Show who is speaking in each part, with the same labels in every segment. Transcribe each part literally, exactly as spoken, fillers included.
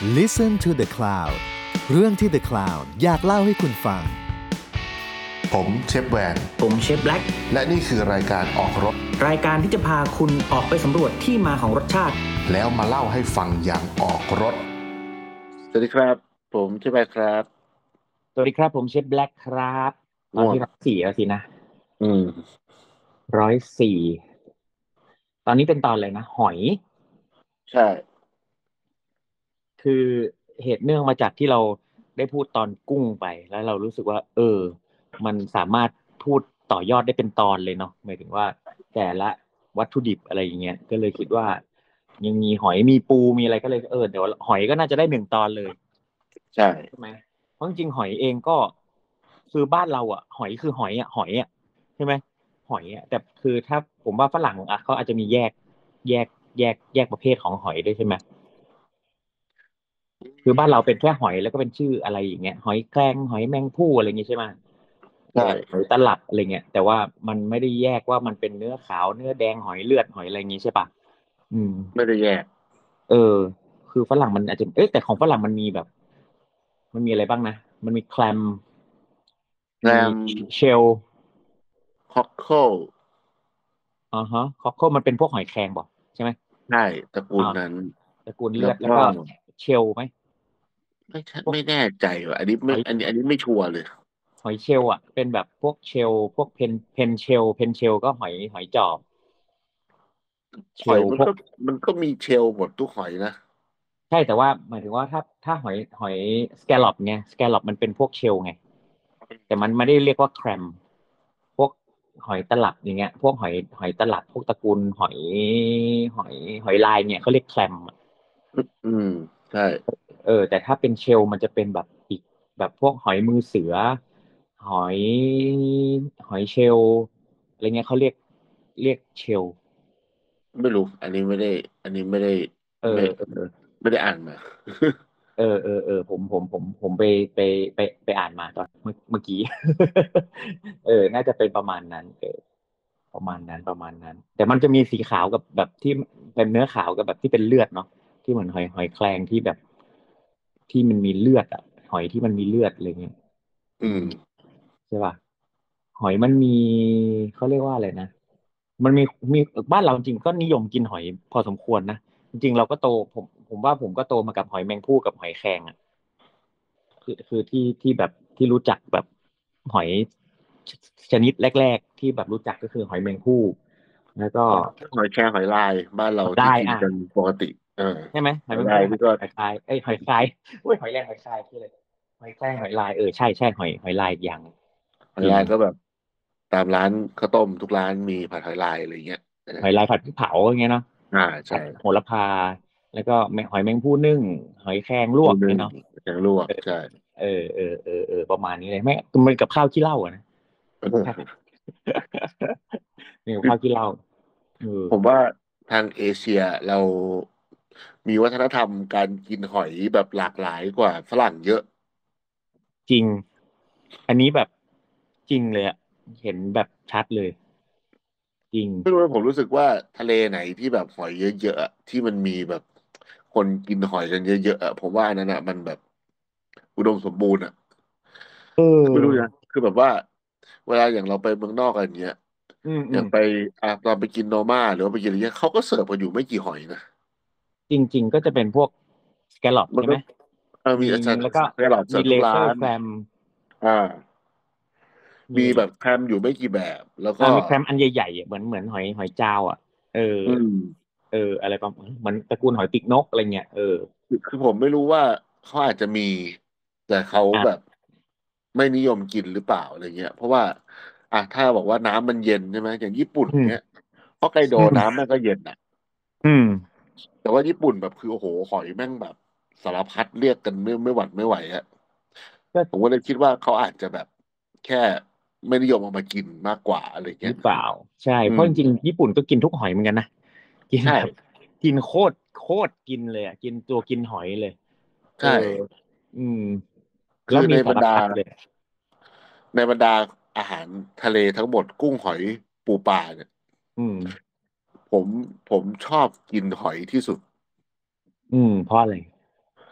Speaker 1: Listen to the Cloud เรื่องที่ The Cloud อยากเล่าให้คุณฟัง
Speaker 2: ผมเชฟแวน
Speaker 3: ผมเชฟแบล็ก
Speaker 2: และนี่คือรายการออกรถ
Speaker 3: รายการที่จะพาคุณออกไปสำรวจที่มาของรสชาติ
Speaker 2: แล้วมาเล่าให้ฟังอย่างออกรถสวัสดีครับผมเชฟแวนครับ
Speaker 3: สวัสดีครับผมเชฟแบล็กครับตอนที่ร้อยสี่แล้วสินะ
Speaker 2: อืม
Speaker 3: ร้อยสี่ตอนนี้เป็นตอนอะไรนะหอย
Speaker 2: ใช่
Speaker 3: คือเหตุเนื่องมาจากที่เราได้พูดตอนกุ้งไปแล้วเรารู้สึกว่าเออมันสามารถพูดต่อยอดได้เป็นตอนเลยเนาะหมายถึงว่าแต่ละวัตถุดิบอะไรอย่างเงี้ยก็เลยคิดว่ายังมีหอยมีปูมีอะไรก็เลยเออเดี๋ยวหอยก็น่าจะได้หนึ่งตอนเลย
Speaker 2: ใช่
Speaker 3: ใช่ไหมเพราะจริงๆหอยเองก็คือบ้านเราอ่ะหอยคือหอยอ่ะหอยอ่ะใช่ไหมหอยอ่ะแต่คือถ้าผมว่าฝรั่งอ่ะเขาอาจจะมีแยกแยกแยกแยกประเภทของหอยด้วยใช่ไหมคือบ้านเราเป็นแค่หอยแล้วก็เป็นชื่ออะไรอย่างเงี้ยหอยแครงหอยแมงภู่อะไรอย่างเงี้ยใช่ไหมเอ
Speaker 2: ใช่
Speaker 3: อหอยตลับอะไรเงี้ยแต่ว่ามันไม่ได้แยกว่ามันเป็นเนื้อขาวเนื้อแดงหอยเลือดหอยอะไรอย่างงี้ใช่ปะอืม
Speaker 2: ไม่ได้แยก
Speaker 3: เออคือฝรั่งมันอาจจะเอ๊ะแต่ของฝรั่งมันมีแบบมันมีอะไรบ้างนะมันมีแคลม มี
Speaker 2: แรม
Speaker 3: เชล
Speaker 2: คอกเคิล
Speaker 3: อ่าฮะคอคโคมันเป็นพวกหอยแครงบอกใช่ไหม
Speaker 2: ใช่ตระกู
Speaker 3: อ่า
Speaker 2: ลนั้น
Speaker 3: ตระกูลเลื
Speaker 2: แล้วก็
Speaker 3: อดแล้วก็เชลไหม
Speaker 2: ไม่ใช่
Speaker 3: พวก
Speaker 2: ไม่แน่ใจว่ะอันนี้ไม่
Speaker 3: หอย
Speaker 2: อันนี้อันนี้ไม่ชัวร์เลย
Speaker 3: หอยเชลอ่ะเป็นแบบพวกเชลพวกเพนเพนเชลเพนเชลก็หอยหอยจอบเช
Speaker 2: หอยมันก็
Speaker 3: ลพวก
Speaker 2: มันก็มีเชลล์หมดทุกหอยนะ
Speaker 3: ใช่แต่ว่าหมายถึงว่าถ้าถ้าหอยหอยสแกลลอปไงสแกลลอปมันเป็นพวกเชลไงแต่มันไม่ได้เรียกว่าแครมพวกหอยตลับอย่างเงี้ยพวกหอยหอยตลับพวกตระกูลหอยหอยหอยลายเนี่ยเขาเรียกแครม
Speaker 2: อืมใช่
Speaker 3: เออแต่ถ้าเป็นเชลล์มันจะเป็นแบบอีกแบบพวกหอยมือเสือหอยหอยเชลล์อะไรเงี้ยเขาเรียกเรียกเชลล์
Speaker 2: ไม่รู้อันนี้ไม่ได้อันนี้ไม่ได้
Speaker 3: เออ
Speaker 2: ไม่
Speaker 3: เออ
Speaker 2: ไม่ได้อ่านมา
Speaker 3: เออเออเออผมผมผมผมไปไปไปไปอ่านมาตอนเมื่อเมื่อกี้เออน่าจะเป็นประมาณนั้นเออประมาณนั้นประมาณนั้นแต่มันจะมีสีขาวกับแบบที่เป็นเนื้อขาวกับแบบที่เป็นเลือดเนาะที่เหมือนหอยหอยแครงที่แบบที่มันมีเลือดอะหอยที่มันมีเลือดอะไรเงี้ย
Speaker 2: อืม
Speaker 3: อืม ใช่ป่ะหอยมันมีเขาเรียกว่าอะไรนะมันมีมีบ้านเราจริงก็นิยมกินหอยพอสมควรนะจริงๆเราก็โตผมผมว่าผมก็โตมากับหอยแมงภู่กับหอยแครงอ่ะคือคือที่ที่แบบที่รู้จักแบบหอยชชนิดแรกๆที่แบบรู้จักก็คือหอยแมงภู่แล้วก็
Speaker 2: หอยแครงหอยลายบ้านเรา
Speaker 3: หอย
Speaker 2: ที่
Speaker 3: ลายอ่ะ
Speaker 2: กินกันปกติเออ
Speaker 3: ใช่ไหมห
Speaker 2: หอย
Speaker 3: อยแมงภู่หอย
Speaker 2: ลายนี่ก็
Speaker 3: หอยคายเอ้ยหอยคายอุ้ยหอยแรงหอยคายคืออะไรหอยแครงหอยลายเออใช่ใช่หอยหอยลายอีกอย่าง
Speaker 2: หอย
Speaker 3: จริง
Speaker 2: ลายก็แบบตามร้านข้าวต้มทุกร้านมีผัดหอยลายอะไรเงี้ยเออ
Speaker 3: หอยลายผัดพริกเผาอย่างเงี้ยเนาะ
Speaker 2: อ่าใช่
Speaker 3: ผัดโหระพาแล้วก็แมหอยแมงภู่นึ่งหอยแครงลว
Speaker 2: ปูนึ่ง
Speaker 3: กเนี่ยเนาะ
Speaker 2: แกงลวกใช่
Speaker 3: เออเออเออเออประมาณนี้เลยไม่มันกับข้าวขี้เหล้าอะนะใช่นี่กับ
Speaker 2: คือ
Speaker 3: ข้าวขี้เหล้าเออ
Speaker 2: ผมว่าทางเอเชียเรามีวัฒนธรรมการกินหอยแบบหลากหลายกว่าฝรั่งเยอะ
Speaker 3: จริงอันนี้แบบจริงเลยอะเห็นแบบชัดเลยจริง
Speaker 2: ไม่รู้นะผมรู้สึกว่าทะเลไหนที่แบบหอยเยอะๆอะที่มันมีแบบคนกินหอยกันเยอะๆอะผมว่าอันนั้นอะมันแบบอุดมสมบูรณ์อะ
Speaker 3: เอ
Speaker 2: ไม่รู้นะ
Speaker 3: อ
Speaker 2: คือแบบว่าเวลาอย่างเราไปเมืองนอกกันเงี้ย
Speaker 3: อืมอืม
Speaker 2: อย่างไปอ่ะตอนไปกินโนมาหรือว่าไปกินอะไรเงี้ยเขาก็เสิร์ฟกันอยู่ไม่กี่หอยนะ
Speaker 3: จริงๆก็จะเป็นพวกสแกลลอป
Speaker 2: มันก็
Speaker 3: ใช่ไหม
Speaker 2: เออ
Speaker 3: มี
Speaker 2: มีอาจารย์
Speaker 3: แล้วก็
Speaker 2: แครอทเสิ
Speaker 3: มี
Speaker 2: ร์ฟทุกร้าน
Speaker 3: เลเซอร์แคลม
Speaker 2: อ่า
Speaker 3: มี
Speaker 2: มีแบบแครมอยู่ไม่กี่แบบแล้วก็
Speaker 3: อ่ามีแคลมอันใหญ่ๆอะเหมือนเหมือนหอยหอยจาวอ่ะเออ
Speaker 2: อืม
Speaker 3: เอออะไรประมาณเหมือนตระกูลหอยปีกนกอะไรเงี้ยเออ
Speaker 2: คือคือผมไม่รู้ว่าเขาอาจจะมีแต่เขาแบบ
Speaker 3: อ่ะ
Speaker 2: ไม่นิยมกินหรือเปล่าอะไรเงี้ยเพราะว่าอ่ะถ้าบอกว่าน้ำมันเย็นใช่ไหมอย่างญี่ปุ่น
Speaker 3: อืม
Speaker 2: เนี้ยฮอกไกโด
Speaker 3: อืม
Speaker 2: น้ำมันก็เย็นอ่ะ
Speaker 3: อืม
Speaker 2: แต่ว่าญี่ปุ่นแบบคือโอ้โหหอยแม่งแบบสารพัดเรียกกันไม่ไม่หวั่นไม่ไหวอะ
Speaker 3: ก็
Speaker 2: ผมก็เลยคิดว่าเขาอาจจะแบบแค่ไม่นิยมเอามากินมากกว่าอะไรเงี้ย
Speaker 3: หรือเปล่าใช่
Speaker 2: อืม
Speaker 3: เพราะจริงๆญี่ปุ่นก็กินทุกหอยเหมือนกันนะกิน
Speaker 2: ใช่
Speaker 3: แบบกินโคตรโคตรกินเลยอ่ะกินตัวกินหอยเลยเออ
Speaker 2: ใช่
Speaker 3: อืมแล้ว
Speaker 2: คือ
Speaker 3: มีสาร
Speaker 2: ในบรรดา
Speaker 3: พัดเลย
Speaker 2: ในบรรดาอาหารทะเลทั้งหมดกุ้งหอยปูปลาเนี่ย
Speaker 3: อืม
Speaker 2: ผมผมชอบกินหอยที่สุด
Speaker 3: อืมเพราะอะไร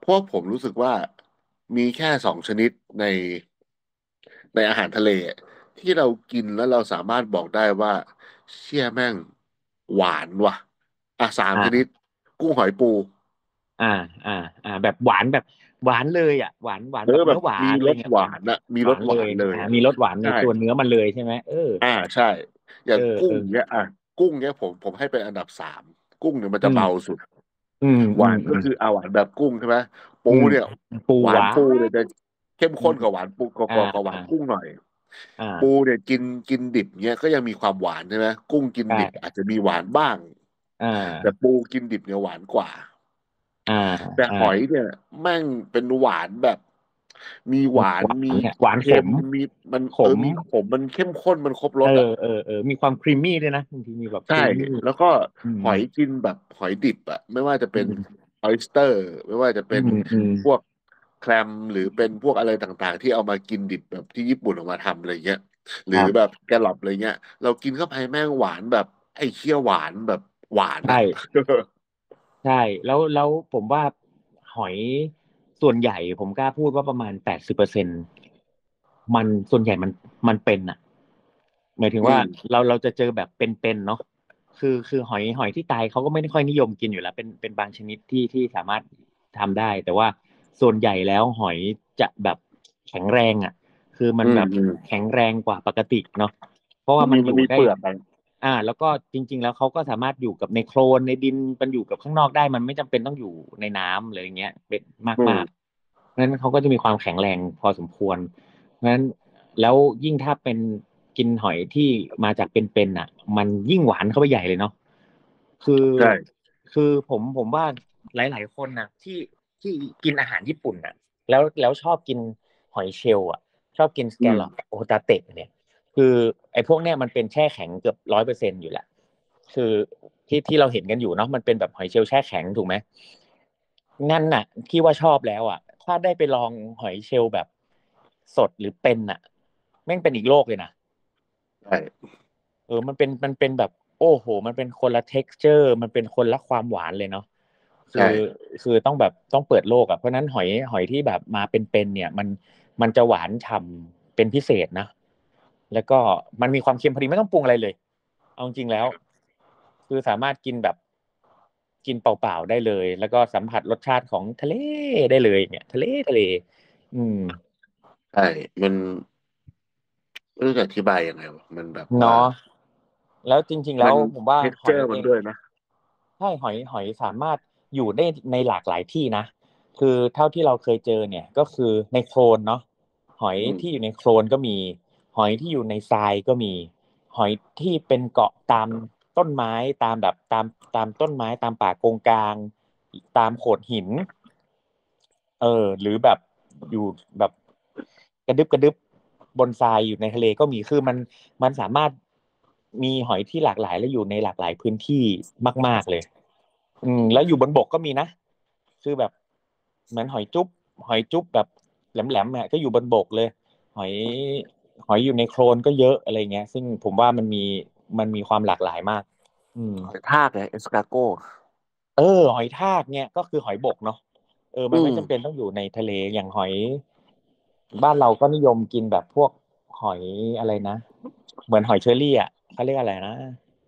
Speaker 2: เพราะผมรู้สึกว่ามีแค่สองชนิดในในอาหารทะเลอะที่เรากินแล้วเราสามารถบอกได้ว่าเชี่ยแม่งหวานว่ะอ่ะสามชนิด
Speaker 3: อ่า
Speaker 2: กุ้งหอยปู
Speaker 3: อ่าอ่าอ่าแบบหวานแบบหวานเลยอ่ะหวานหวาน
Speaker 2: เออแบบ
Speaker 3: แบบเนื้อหวา
Speaker 2: มี
Speaker 3: นอะไร
Speaker 2: รสหวา
Speaker 3: เงี้ยหวาน
Speaker 2: นอะมีรส
Speaker 3: หวานเลย
Speaker 2: หวานเลย
Speaker 3: อ่ามีรสหวานใน
Speaker 2: ใช่
Speaker 3: ตัวเนื้อมันเลยใช่ไหมเออ
Speaker 2: อ่าใช่อย่า
Speaker 3: เออ
Speaker 2: งกุ้
Speaker 3: เออ
Speaker 2: งเนี้ยอ่ะกุ้งเนี้ยผมผมให้เป็นอันดับสามกุ้งเนี่ยมัน
Speaker 3: อืม
Speaker 2: จะเบาสุด
Speaker 3: อืม
Speaker 2: หวานก็
Speaker 3: อืมอืม
Speaker 2: คือเอาหวานแบบกุ้งใช่ไหมปู
Speaker 3: อืม
Speaker 2: เนี่ย
Speaker 3: ปูหวา
Speaker 2: หวานปูเนี่ย
Speaker 3: น
Speaker 2: จะเข้ม
Speaker 3: อืม
Speaker 2: ข้นกว่าหวานปูก
Speaker 3: อ่า
Speaker 2: ว่ากับหวา
Speaker 3: อ่า
Speaker 2: นกุ้งหน่อย
Speaker 3: อ่า
Speaker 2: ปูเนี่ยกินกินดิบเนี้ยก็ยังมีความหวานใช่ไหมกุ้งกินดิบ
Speaker 3: ใช่
Speaker 2: อาจจะมีหวานบ้าง
Speaker 3: อ่
Speaker 2: แต่
Speaker 3: า
Speaker 2: ปูกินดิบเนี่ยหวานกว่า
Speaker 3: อ่า
Speaker 2: แต่
Speaker 3: อ่า
Speaker 2: หอยเนี่ยแม่งเป็นหวานแบบมีหวาน
Speaker 3: หวา
Speaker 2: มี
Speaker 3: นเนี่ยหวานข
Speaker 2: เค็ม
Speaker 3: ม
Speaker 2: มีมัน
Speaker 3: ขม
Speaker 2: เออมีขมมันเข้มข้นมันครบร
Speaker 3: เออ
Speaker 2: สอ่ะ
Speaker 3: เออเออมีความครีมมี่ด้วยนะบางทีมีแบบค
Speaker 2: ใช่
Speaker 3: รีมมี่
Speaker 2: แล้วก็
Speaker 3: อืม
Speaker 2: หอยกินแบบหอยดิบอะไม่ว่าจะ
Speaker 3: อื
Speaker 2: เป็น
Speaker 3: ม
Speaker 2: ออ y สเตอร์ไม่ว่าจะ
Speaker 3: อื
Speaker 2: เป็น
Speaker 3: มอืม
Speaker 2: พวกแคลมหรือเป็นพวกอะไรต่างๆที่เอามากินดิบแบบที่ญี่ปุ่นเออกมาทำอะไรเงี้ยหรือ
Speaker 3: ครับ
Speaker 2: แบบแกลลอปอะไรเงี้ยเรากินเข้าไปแม่งหวานแบบไอ้เคี้ยวหวานแบบหวาน
Speaker 3: ใช่
Speaker 2: อะ
Speaker 3: ใช่แล้วแล้วผมว่าหอยส่วนใหญ่ผมกล้าพูดว่าประมาณแปดสิบเปอร์เซ็นต์มันส่วนใหญ่มันมันเป็นอ่ะหมายถึงว่า
Speaker 2: อืม
Speaker 3: เราเราจะเจอแบบเป็นๆเนาะคือคือหอยหอยที่ตายเขาก็ไม่ได้ค่อยนิยมกินอยู่แล้วเป็นเป็นบางชนิดที่ที่สามารถทำได้แต่ว่าส่วนใหญ่แล้วหอยจะแบบแข็งแรงอ่ะคือมันแบบ
Speaker 2: อืมอืม
Speaker 3: แข็งแรงกว่าปกติเนาะเพราะว่า
Speaker 2: มันมีมันมี
Speaker 3: มันอยู่ได้
Speaker 2: เปลือกอะ
Speaker 3: อ่าแล้วก็จริงๆแล้วเขาก็สามารถอยู่กับในโคลนในดินมันอยู่กับข้างนอกได้มันไม่จำเป็นต้องอยู่ในน้ำเลยอย่างเงี้ยเป็น
Speaker 2: อืม
Speaker 3: มากๆเพราะฉะนั้นเขาก็จะมีความแข็งแรงพอสมควรเพราะฉะนั้นแล้วยิ่งถ้าเป็นกินหอยที่มาจากเป็นๆอ่ะมันยิ่งหวานเข้าไปใหญ่เลยเนาะคือ
Speaker 2: ใช่
Speaker 3: คือผมผมว่าหลายๆคนนะที่ที่กินอาหารญี่ปุ่นอ่ะแล้วแล้วชอบกินหอยเชลล์อ่ะชอบกินส
Speaker 2: อืม
Speaker 3: แกลลอปโอตาเตะเนี่ย คือไอ้พวกเนี้ยมันเป็นแช่แข็งเกือบร้อยเปอร์เซ็นต์อยู่แหละคือที่ที่เราเห็นกันอยู่เนาะมันเป็นแบบหอยเชลล์แช่แข็งถูกไหมงั้นน่ะที่ว่าชอบแล้วอ่ะถ้าได้ไปลองหอยเชลล์แบบสดหรือเป็นอ่ะแม่งเป็นอีกโลกเลยนะ
Speaker 2: ใช่
Speaker 3: เออมันเป็นมันเป็นแบบโอ้โหมันเป็นคนละ texture มันเป็นคนละความหวานเลยเนาะคือ
Speaker 2: ใช่
Speaker 3: คือต้องแบบต้องเปิดโลกอ่ะเพราะนั้นหอยหอยที่แบบมาเป็นๆเนี่ยมันมันจะหวานฉ่ำเป็นพิเศษนะ แล้วก็มันมีความเค็มพอดีไม่ต้องปรุงอะไรเลยเอาจริงๆแล้วคือสามารถกินแบบกินเปล่าๆได้เลยแล้วก็สัมผัสรสชาติของทะเลได้เลยเนี่ยทะเลทะเลอืม
Speaker 2: ใช่มันไม่รู้จะอธิบายยังไงวะมันแบบว่า
Speaker 3: เนาะแล้วจริงๆแล้
Speaker 2: มัน
Speaker 3: วผมว่า
Speaker 2: เท็ก
Speaker 3: หอย
Speaker 2: เจอร์
Speaker 3: เอง
Speaker 2: มันด้วยนะ
Speaker 3: ใช่หอยหอยสามารถอยู่ได้ในหลากหลายที่นะคือเท่าที่เราเคยเจอเนี่ยก็คือในโคลนเนาะหอย
Speaker 2: อืม
Speaker 3: ที่อยู่ในโคลนก็มีหอยที่อยู่ในทรายก็มีหอยที่เป็นเกาะตามต้นไม้ตามแบบตามตามต้นไม้ตามป่าโกงกางตามโขดหินเออหรือแบบอยู่แบบกระดึบกระดึบบนทรายอยู่ในทะเลก็มีคือมันมันสามารถมีหอยที่หลากหลายและอยู่ในหลากหลายพื้นที่มากๆเลย อืมแล้วอยู่บนบกก็มีนะคือแบบเหมือนหอยจุ๊บหอยจุ๊บแบบแหลมๆเนี่ยก็อยู่บนบกเลยหอยหอยอยู่ในโคลนก็เยอะอะไรเงี้ยซึ่งผมว่ามันมีมันมีความหลากหลายมากอืม
Speaker 2: หอยทากไงเอสคาโก้
Speaker 3: เออหอยทากเนี่ยก็คือหอยบกเนาะเออมันไม่
Speaker 2: อืม
Speaker 3: จำเป็นต้องอยู่ในทะเลอย่างหอยบ้านเราก็นิยมกินแบบพวกหอยอะไรนะเหมือนหอยเชอรี่อ่ะเขาเรียกอะไรนะ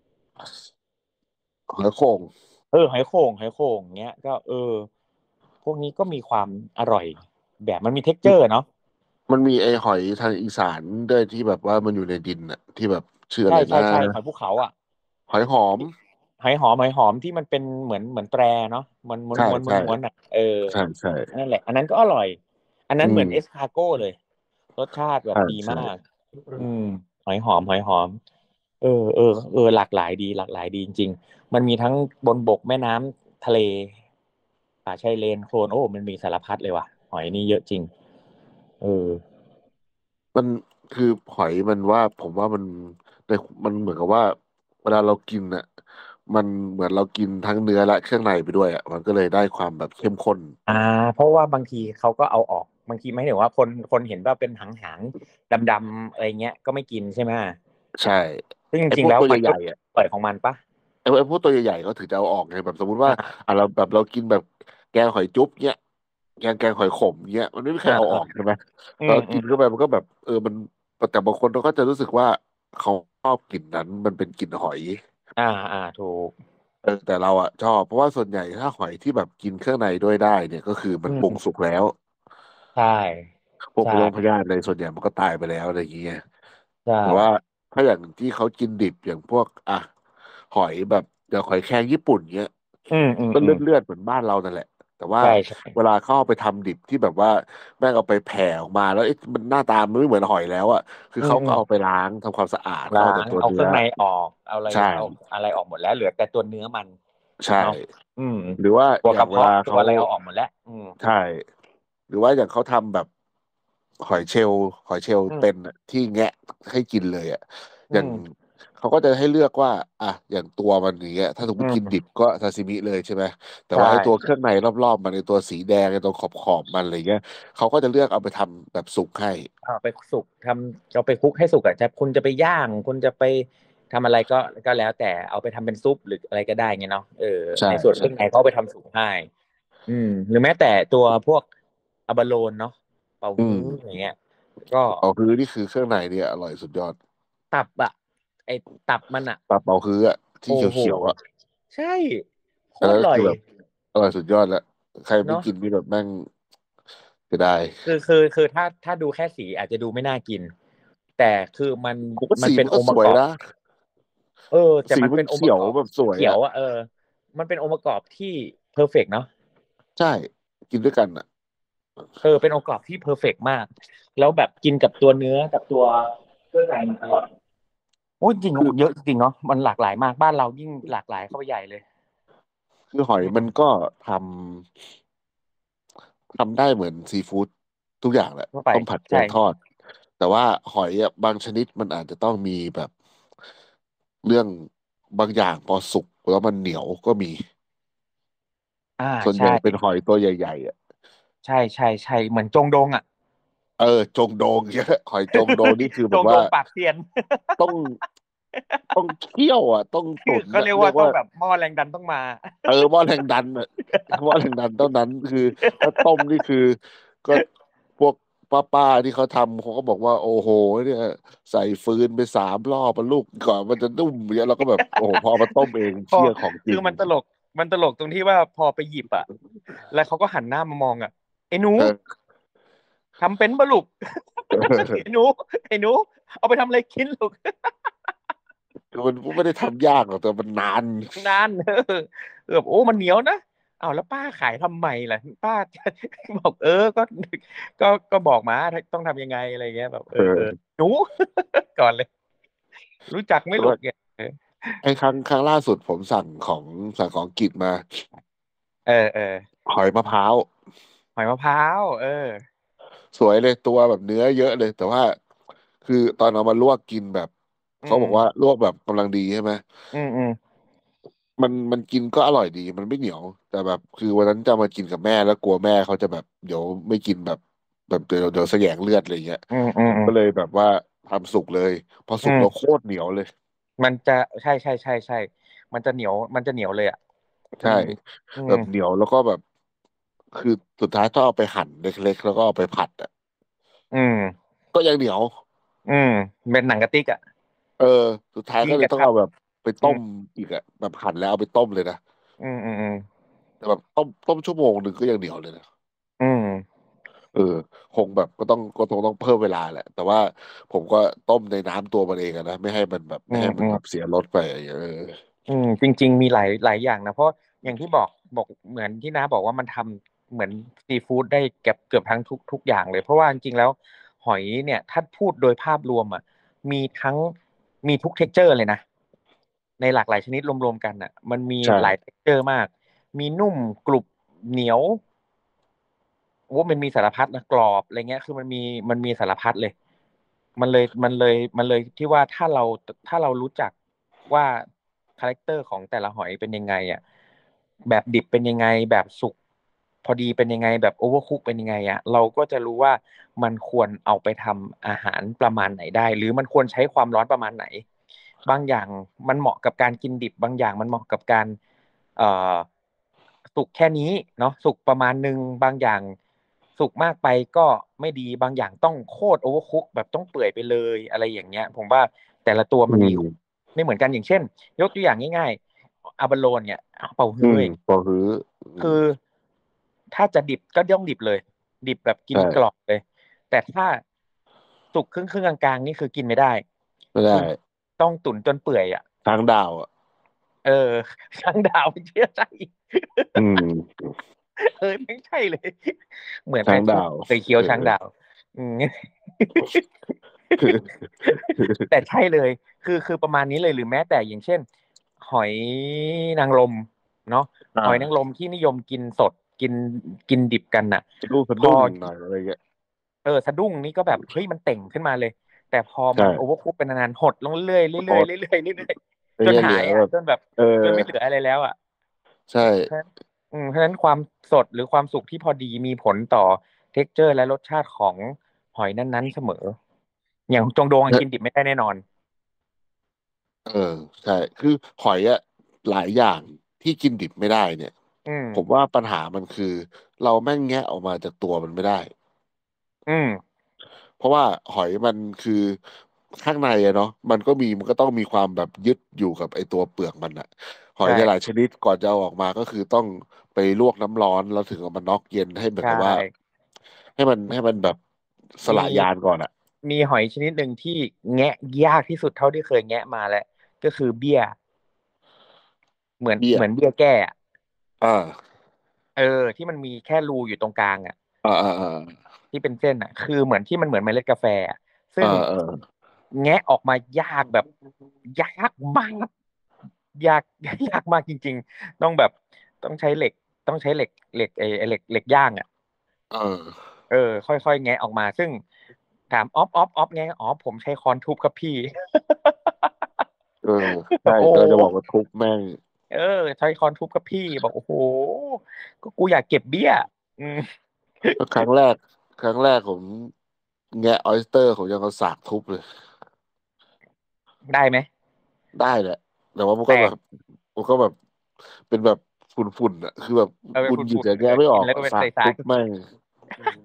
Speaker 2: หอยโข่ง
Speaker 3: เออหอยโข่งหอยโข่งเงี้ยก็เออพวกนี้ก็มีความอร่อยแบบมันมีเท็กเจอร์เนาะ
Speaker 2: มันมีไอหอยทางอีสานด้วยที่แบบว่ามันอยู่ในดินอะที่แบบชื่ออะ
Speaker 3: ใช่
Speaker 2: ไรนะ
Speaker 3: ใช่ใช่หอยภูเขาอ่ะ
Speaker 2: หอยหอม
Speaker 3: หอยหอมหอยหอมที่มันเป็นเหมือนเหมือนแตรเนาะมันม้วน
Speaker 2: ใช่
Speaker 3: ม้วนม้วน
Speaker 2: ใช่
Speaker 3: ม้วนอ่ะเออ
Speaker 2: ใช่ใช่
Speaker 3: นั่นแหละอันนั้นก็อร่อยอันนั้นเหมือนเอส
Speaker 2: อืม
Speaker 3: คาโก้เลยรสชาติแบบ
Speaker 2: ใช่
Speaker 3: ดี
Speaker 2: ใช่
Speaker 3: มากอืมหอยหอมหอยหอมเออเออเออหลากหลายดีหลากหลายดีจริงๆมันมีทั้งบนบกแม่น้ำทะเลป่าชายเลนโคลนโอ้มันมีสารพัดเลยว่ะหอยนี่เยอะจริงเออ
Speaker 2: มันคือหอยมันว่าผมว่ามันในมันเหมือนกับว่าเวลาเรากินอะมันเหมือนเรากินทั้งเนื้อและเครื่องในไปด้วยอะมันก็เลยได้ความแบบเข้มข้น
Speaker 3: อ่าเพราะว่าบางทีเขาก็เอาออกบางทีไม่ถึงว่าคนคนเห็นว่าเป็นหางหางดำดำๆอะไรเงี้ยก็ไม่กินใช่ไหม
Speaker 2: ใช่
Speaker 3: ซึ่งจ
Speaker 2: ไอ้พวกตัวให
Speaker 3: ริงๆแล้วมันก็
Speaker 2: ญ่ๆอะ
Speaker 3: ปล่อยของมันปะ
Speaker 2: ไอ้ไอ้พวกตัวใหญ่ๆเขาถึงจะเอาออกไงแบบสมมุติว่า
Speaker 3: อ่า
Speaker 2: อ่ะเราแบบเรากินแบบแกงหอยจุ๊บเนี่ยแกงแกงหอยขมเงี้ยมันไม่มีใคร
Speaker 3: อ่า
Speaker 2: เอาอ
Speaker 3: อ่า
Speaker 2: อกใช่ไหม
Speaker 3: อื
Speaker 2: เรา
Speaker 3: มอืม
Speaker 2: กินเข้าไปมันก็แบบเออมันแต่บางคนเขาก็จะรู้สึกว่าเขาชอบกลิ่นนั้นมันเป็นกลิ่นหอย
Speaker 3: อ่าอ่าถูก
Speaker 2: เออแต่เราอะชอบเพราะว่าส่วนใหญ่ถ้าหอยที่แบบกินเครื่องในด้วยได้เนี่ยก็คือมันปรุง
Speaker 3: อืม
Speaker 2: สุกแล้ว
Speaker 3: ใช่
Speaker 2: พวก
Speaker 3: ใช่
Speaker 2: พยงพยาธิอะไรส่วนใหญ่มันก็ตายไปแล้วอะไรอย่างเงี้ย
Speaker 3: ใช่
Speaker 2: แต่ว่าถ้าอย่างที่เขากินดิบอย่างพวกอ่ะหอยแบบอย่างหอยแครงญี่ปุ่นเงี้ย
Speaker 3: อืมอืม
Speaker 2: ก็
Speaker 3: อืม
Speaker 2: เลือดเลือดเหมือนบ้านเรานั่นแหละแต่ว่า
Speaker 3: ใช่ใช่
Speaker 2: เวลาเขาเอาไปทำดิบที่แบบว่าแม่งเอาไปแผ่ออกมาแล้วเอ๊ะมันหน้าตามันไม่เหมือนหอยแล้วอ่ะคือเขา
Speaker 3: อืมอืม
Speaker 2: ก็เอาไปล้างทำความสะอาดเขา
Speaker 3: ล้า
Speaker 2: เอาแต่
Speaker 3: ง
Speaker 2: ตัวเนื้อ
Speaker 3: เอาเครื่องในออกเอาอะไร
Speaker 2: ใช่
Speaker 3: เอาอะไรออกหมดแล้วเหลือแต่ตัวเนื้อมัน
Speaker 2: ใช่
Speaker 3: เนาะอืม
Speaker 2: หรือว่า
Speaker 3: ตัว
Speaker 2: อย่าง
Speaker 3: กระเพาะตัว
Speaker 2: เวลาเขา
Speaker 3: อะไรเอาออกหมดแล้วอืม
Speaker 2: ใช่หรือว่าอย่างเขาทำแบบหอยเชลล์หอยเชลล์
Speaker 3: อืม
Speaker 2: เป็นอะที่แงะให้กินเลยอ่ะอย่าง
Speaker 3: อืม
Speaker 2: เขาก็จะให้เลือกว่าอ่ะอย่างตัวมันอย่างเงี้ยถ้าสมม
Speaker 3: อื
Speaker 2: ติกินดิบ
Speaker 3: ม
Speaker 2: ก็ซาซิมิเลยใช่ไหมแต่
Speaker 3: ใช่
Speaker 2: ว่าไอ้ตัวเครื่องในรอบๆมันไอ้ตัวสีแดงไอ้ตรงขอบๆมันอะไรเงี้ยเขาก็จะเลือกเอาไปทำแบบสุกให้
Speaker 3: เอาไปสุกทำเอาไปคลุกให้สุกอ่ะจะคุณจะไปย่างคุณจะไปทำอะไรก็ก็แล้วแต่เอาไปทำเป็นซุปหรืออะไรก็ได้เงี้ยเนาะเออ
Speaker 2: ใช่
Speaker 3: ในส่วนเค
Speaker 2: ใช่
Speaker 3: รื่องในเขาเอาไปทำสุกให้อืมหรือแม้แต่ตัวพวกอะบาโลนเนาะเป่า
Speaker 2: อืม
Speaker 3: ฮื้ออย่างเงี้ยก็
Speaker 2: เป่าฮื้อนี่คือเครื่องในเนี่ยอร่อยสุดยอด
Speaker 3: ตับอะไอตับมันอะ
Speaker 2: ปลาเป่าฮื้ออะที่
Speaker 3: โอ้โห
Speaker 2: เขียวๆอ่ะ
Speaker 3: ใช่โค
Speaker 2: อัน
Speaker 3: ตรอร่อย
Speaker 2: นั้นคือแบบอร่อยสุดยอดแล้วใครไม่
Speaker 3: เนาะ
Speaker 2: กินนี่แบบแม่งจะได้
Speaker 3: คือคือคือถ้าถ้าดูแค่สีอาจจะดูไม่น่ากินแต่คือมัน
Speaker 2: ผมว่า
Speaker 3: มันเป็น
Speaker 2: สีมันก็
Speaker 3: องค์ประกอบ
Speaker 2: สวยนะ
Speaker 3: เออแต่
Speaker 2: สี
Speaker 3: มันเป็นองค์ป
Speaker 2: มันเขียว
Speaker 3: ระกอบ
Speaker 2: แบบสวยอ่ะ
Speaker 3: เขียวอะเออมันเป็นองค์ประกอบที่เพอร์เฟกต์เนาะ
Speaker 2: ใช่กินด้วยกันอ่ะ
Speaker 3: เออเป็นองค์ประกอบที่เพอร์เฟกต์มากแล้วแบบกินกับตัวเนื้อกับตัวเครื่องในมันอร่อยโอ้ยจริง
Speaker 2: คือ
Speaker 3: เยอะจริงเนาะมันหลากหลายมากบ้านเรายิ่งหลากหลายเข้าไปใหญ่เลย
Speaker 2: คือหอย
Speaker 3: อืม
Speaker 2: มันก็ทำทำได้เหมือนซีฟู้ดทุกอย่างแหละ
Speaker 3: เข้าไป
Speaker 2: ต้มผัดแก
Speaker 3: ใช่
Speaker 2: งทอดแต่ว่าหอยอ่ะบางชนิดมันอาจจะต้องมีแบบเรื่องบางอย่างพอสุกแล้วมันเหนียวก็มี
Speaker 3: อ่า
Speaker 2: ส่วนให
Speaker 3: ใช่
Speaker 2: ญ่เป็นหอยตัวใหญ่ๆอ่ะ
Speaker 3: ใช่ใช่ใช่เหมือนจงดงอ่ะ
Speaker 2: เออจงโดงเยอะหอยจงโดงนี่คือ
Speaker 3: จ
Speaker 2: แบบว่า
Speaker 3: งดงปากเซียน
Speaker 2: ต้องต้องเคี่ยวอ่ะต้องตุ๋น
Speaker 3: เขาเรียก
Speaker 2: อ่ะเรียกว่า
Speaker 3: ว่าต้องแบบหม้อแรงดันต้องมา
Speaker 2: เออหม้อแรงดันอ่ะหม้อแรงดันเท่านั้นคือถ้าต้มนี่คือก็พวกป้าป้าที่เขาทำเขาก็บอกว่าโอ้โหเนี่ยใส่ฟืนไปสามรอบอะลูกก่อนมันจะนุ่มอย่างเงี้ยเราก็แบบโอ้โหพอมาต้มเอง
Speaker 3: พอ
Speaker 2: เชี่ยของจริง
Speaker 3: คือมันตลกมันตลกตรงที่ว่าพอไปหยิบอ่ะแล้วเขาก็หันหน้ามามองอ่ะไอ้หนู
Speaker 2: เออ
Speaker 3: ทำเป็นปะลูก
Speaker 2: เออ
Speaker 3: ไอ้หนูไอ้หนูเอาไปทำอะไรกินลูก
Speaker 2: คือมันไม่ได้ทำยากหรอกแต่มันนาน
Speaker 3: นานเออแบบโอ้มันเหนียวนะอ้าวแล้วป้าขายทำไมล่ะป้าบอกเออก็ก็ก็บอกมาต้องทำยังไงอะไรเงี้ยแบบเออเออ
Speaker 2: เออ
Speaker 3: หนูก่อนเลยรู้จักไหม่
Speaker 2: แต่ว่า
Speaker 3: ลูกเนี่ยเออ
Speaker 2: ไอ้ครั้งครั้งล่าสุดผมสั่งของสั่งของกินมา
Speaker 3: เออเออ
Speaker 2: หอยมะพร้าว
Speaker 3: หอยมะพร้าวเออ
Speaker 2: สวยเลยตัวแบบเนื้อเยอะเลยแต่ว่าคือตอนเอามาลวกกินแบบ
Speaker 3: อืม
Speaker 2: เขาบอกว่าลวกแบบกำลังดีใช่ไหม
Speaker 3: อืมอืม
Speaker 2: มันมันกินก็อร่อยดีมันไม่เหนียวแต่แบบคือวันนั้นจะมากินกับแม่แล้วกลัวแม่เขาจะแบบเดี๋ยวไม่กินแบบแบบเดี๋ยวเดี๋ยวแสยงเลือดอะไรเงี้ย
Speaker 3: อืมอืมอืม
Speaker 2: ผมก็เลยแบบว่าทำสุกเลยพอสุกแล้วโค
Speaker 3: อืม
Speaker 2: ตรเหนียวเลย
Speaker 3: มันจะใช่ใช่ใช่ใช่มันจะเหนียวมันจะเหนียวเลยอ่ะอื
Speaker 2: ใช่
Speaker 3: มอืม
Speaker 2: แบบเหนียวแล้วก็แบบคือสุดท้ายต้องเอาไปหั่นเล็กๆแล้วก็เอาไปผัดอ่ะ
Speaker 3: อืม
Speaker 2: ก็ยังเหนียว
Speaker 3: อืมเป็นหนังกะติกอ่ะ
Speaker 2: เออสุดท้ายก็เลย
Speaker 3: ยิ่งกระทัด
Speaker 2: ต้องเอาแบบไป
Speaker 3: อื
Speaker 2: ต้ม
Speaker 3: ม
Speaker 2: อีกอ่ะแบบหั่นแล้วเอาไปต้มเลยนะ
Speaker 3: อืมอืมอืม
Speaker 2: แต่แบบต้มต้มชั่วโมงหนึ่งก็ยังเหนียวเลยนะ
Speaker 3: อืม
Speaker 2: เออคงแบบก็ต้องก็คงต้องเพิ่มเวลาแหละแต่ว่าผมก็ต้มในน้ำตัวมันเองอะนะไม่ให้มันแบบไม่ให้มัน
Speaker 3: อืมอืม
Speaker 2: แบบเสียรสไปอย่างเงี้ยเออ
Speaker 3: อืมจริงๆมีหลายหลายอย่างนะเพราะอย่างที่บอกบอกเหมือนที่น้าบอกว่ามันทำเหมือนซีฟู้ดได้เกือบเกือบทั้งทุกทุกอย่างเลยเพราะว่าจริงๆแล้วหอยเนี่ยถ้าพูดโดยภาพรวมอ่ะมีทั้งมีทุกเท็กเจอร์เลยนะในหลากหลายชนิดรวมๆกันอ่ะมันมี
Speaker 2: ใช่
Speaker 3: หลายเท็กเจอร์มากมีนุ่มกรุบเหนียวโอ้มันมีสารพัดนะกรอบอะไรเงี้ยคือมันมีมันมีสารพัดเลยมันเลยมันเลยมันเลยที่ว่าถ้าเราถ้าเรารู้จักว่า คาแรคเตอร์ของแต่ละหอยเป็นยังไงอ่ะแบบดิบเป็นยังไงแบบสุกพอดีเป็นยังไงแบบโอเวอร์คุกเป็นยังไงอ่ะเราก็จะรู้ว่ามันควรเอาไปทำอาหารประมาณไหนได้หรือมันควรใช้ความร้อนประมาณไหนบางอย่างมันเหมาะกับการกินดิบบางอย่างมันเหมาะกับการเอ่อสุกแค่นี้เนาะสุกประมาณหนึ่งบางอย่างสุกมากไปก็ไม่ดีบางอย่างต้องโคตรโอเวอร์คุกแบบต้องเปื่อยไปเลยอะไรอย่างเงี้ยผมว่าแต่ละตัว
Speaker 2: อื
Speaker 3: มันมี
Speaker 2: ม
Speaker 3: ไม่เหมือนกันอย่างเช่นยกตัวอย่างง่ายๆอาบาโลนเนี่ยเป่า
Speaker 2: อื
Speaker 3: ฮื้อ
Speaker 2: ม
Speaker 3: อย่าง
Speaker 2: พอคืออืม
Speaker 3: คือถ้าจะดิบก็ต้องดิบเลยดิบแบบกินกร
Speaker 2: ใช่
Speaker 3: อบเลยแต่ถ้าสุกครึ่งครึ่งกลางๆนี่คือกินไม่ได้
Speaker 2: ไม่ได้
Speaker 3: คุณต้องตุ๋นจนเปื่อยอ่ะ
Speaker 2: ทางดาวอ่ะ
Speaker 3: เออช้างดาวเชื่อใจ
Speaker 2: อืม
Speaker 3: เออไม่ใช่เลยเหมือนไอ้พูด
Speaker 2: ทางดาว
Speaker 3: เคยเคี้ยว
Speaker 2: เออ
Speaker 3: ช้างดาวอืม
Speaker 2: คือ
Speaker 3: แต่ใช่เลยคือคือประมาณนี้เลยหรือแม้แต่อย่างเช่นหอยนางรมเนาะหอยนางร
Speaker 2: อ่า
Speaker 3: มที่นิยมกินสดกินกินดิบกันน่ะ
Speaker 2: สะดุ้ง
Speaker 3: พอ
Speaker 2: สะดุ้งหน่อยอะไรเงี้ย
Speaker 3: เออสะดุ้งนี่ก็แบบเฮ้ยมันเต่งขึ้นมาเลยแต่พอมันโอเว
Speaker 2: ใช่
Speaker 3: อร์คุกเป็นนานๆหดลงเรื่อยๆเรื่
Speaker 2: โอ
Speaker 3: อยๆ
Speaker 2: ด
Speaker 3: เรื่อยๆเรื่อย
Speaker 2: ไม่ใช่
Speaker 3: ๆจนหาย
Speaker 2: เหลือแบบ
Speaker 3: อ่ะจนแบบ
Speaker 2: เออ
Speaker 3: จนไม่เหลืออะไรแล้วอ่ะ
Speaker 2: ใช่
Speaker 3: เพราะฉะนั้นอืมเพราะฉะนั้นความสดหรือความสุกที่พอดีมีผลต่อเท็กเจอร์และรสชาติของหอยนั้นๆเสมออย่างจงโดงกินดิบไม่ได้แน่นอน
Speaker 2: เออใช่คือหอยอะหลายอย่างที่กินดิบไม่ได้เนี่ย
Speaker 3: อืม
Speaker 2: ผมว่าปัญหามันคือเราแม่งแงะออกมาจากตัวมันไม่ได้
Speaker 3: อืม
Speaker 2: เพราะว่าหอยมันคือข้างในอะเนาะมันก็มีมันก็ต้องมีความแบบยึดอยู่กับไอตัวเปลือกมันอะหอย
Speaker 3: ใช่
Speaker 2: หลายๆชนิดก่อนจะเอาออกมาก็คือต้องไปลวกน้ำร้อนแล้วถึงเอามาน็อกเย็นให้เหมือน
Speaker 3: ใช่
Speaker 2: กับว่าให้มันให้มันแบบส
Speaker 3: มี
Speaker 2: ลายยานก่อนอะ
Speaker 3: มีหอยชนิดหนึ่งที่แงะยากที่สุดเท่าที่เคยแงะมาแล้วก็คือเบี้ยเหมือน
Speaker 2: เบี้ย
Speaker 3: เหมือนเบี้ยแก้อะ
Speaker 2: อ่า
Speaker 3: เออที่มันมีแค่รูอยู่ตรงกลางอ่ะ
Speaker 2: อ่าอ่าอ่า
Speaker 3: ที่เป็นเส้นอ่ะคือเหมือนที่มันเหมือนเมล็ดกาแฟอะซึ่
Speaker 2: อ่า
Speaker 3: ง
Speaker 2: อ่า
Speaker 3: แงะออกมายากแบบยากมากยากยากมากจริงๆต้องแบบต้องใช้เหล็กต้องใช้เหล็กเหล็กไอ้ไอ้เหล็กเหล็กย่างอ่ะ
Speaker 2: อ่า
Speaker 3: เออค่อยๆแงะออกมาซึ่งถามออฟออฟออฟไงอ๋อผมใช้ค้อนทุบครับพี่
Speaker 2: เออใช่
Speaker 3: โอ้
Speaker 2: ก็จะบอกว่าทุบแม่ง
Speaker 3: เออใช้ค้อนทุบครับพี่บอกโอ้โหก็กูอยากเก็บเบี้ยอืม
Speaker 2: ก็ครั้งแรกครั้งแรกผมแงะออยสเตอร์ผมยังเอาสากทุบเลย
Speaker 3: ได้ไหม
Speaker 2: ได้แหละแต่ว่ามัน
Speaker 3: แตก
Speaker 2: ก็แบบมันก็แบบเป็นแบบฝุ่นๆอ่ะคือแบบ
Speaker 3: เออเป็น
Speaker 2: บุญหยิบ
Speaker 3: ฝุ่นๆเออ
Speaker 2: อย่างเงี้ยไม่อ
Speaker 3: กินแล้วก็
Speaker 2: อกอะสาก
Speaker 3: เป็นทราย
Speaker 2: ทุบแม่งอืม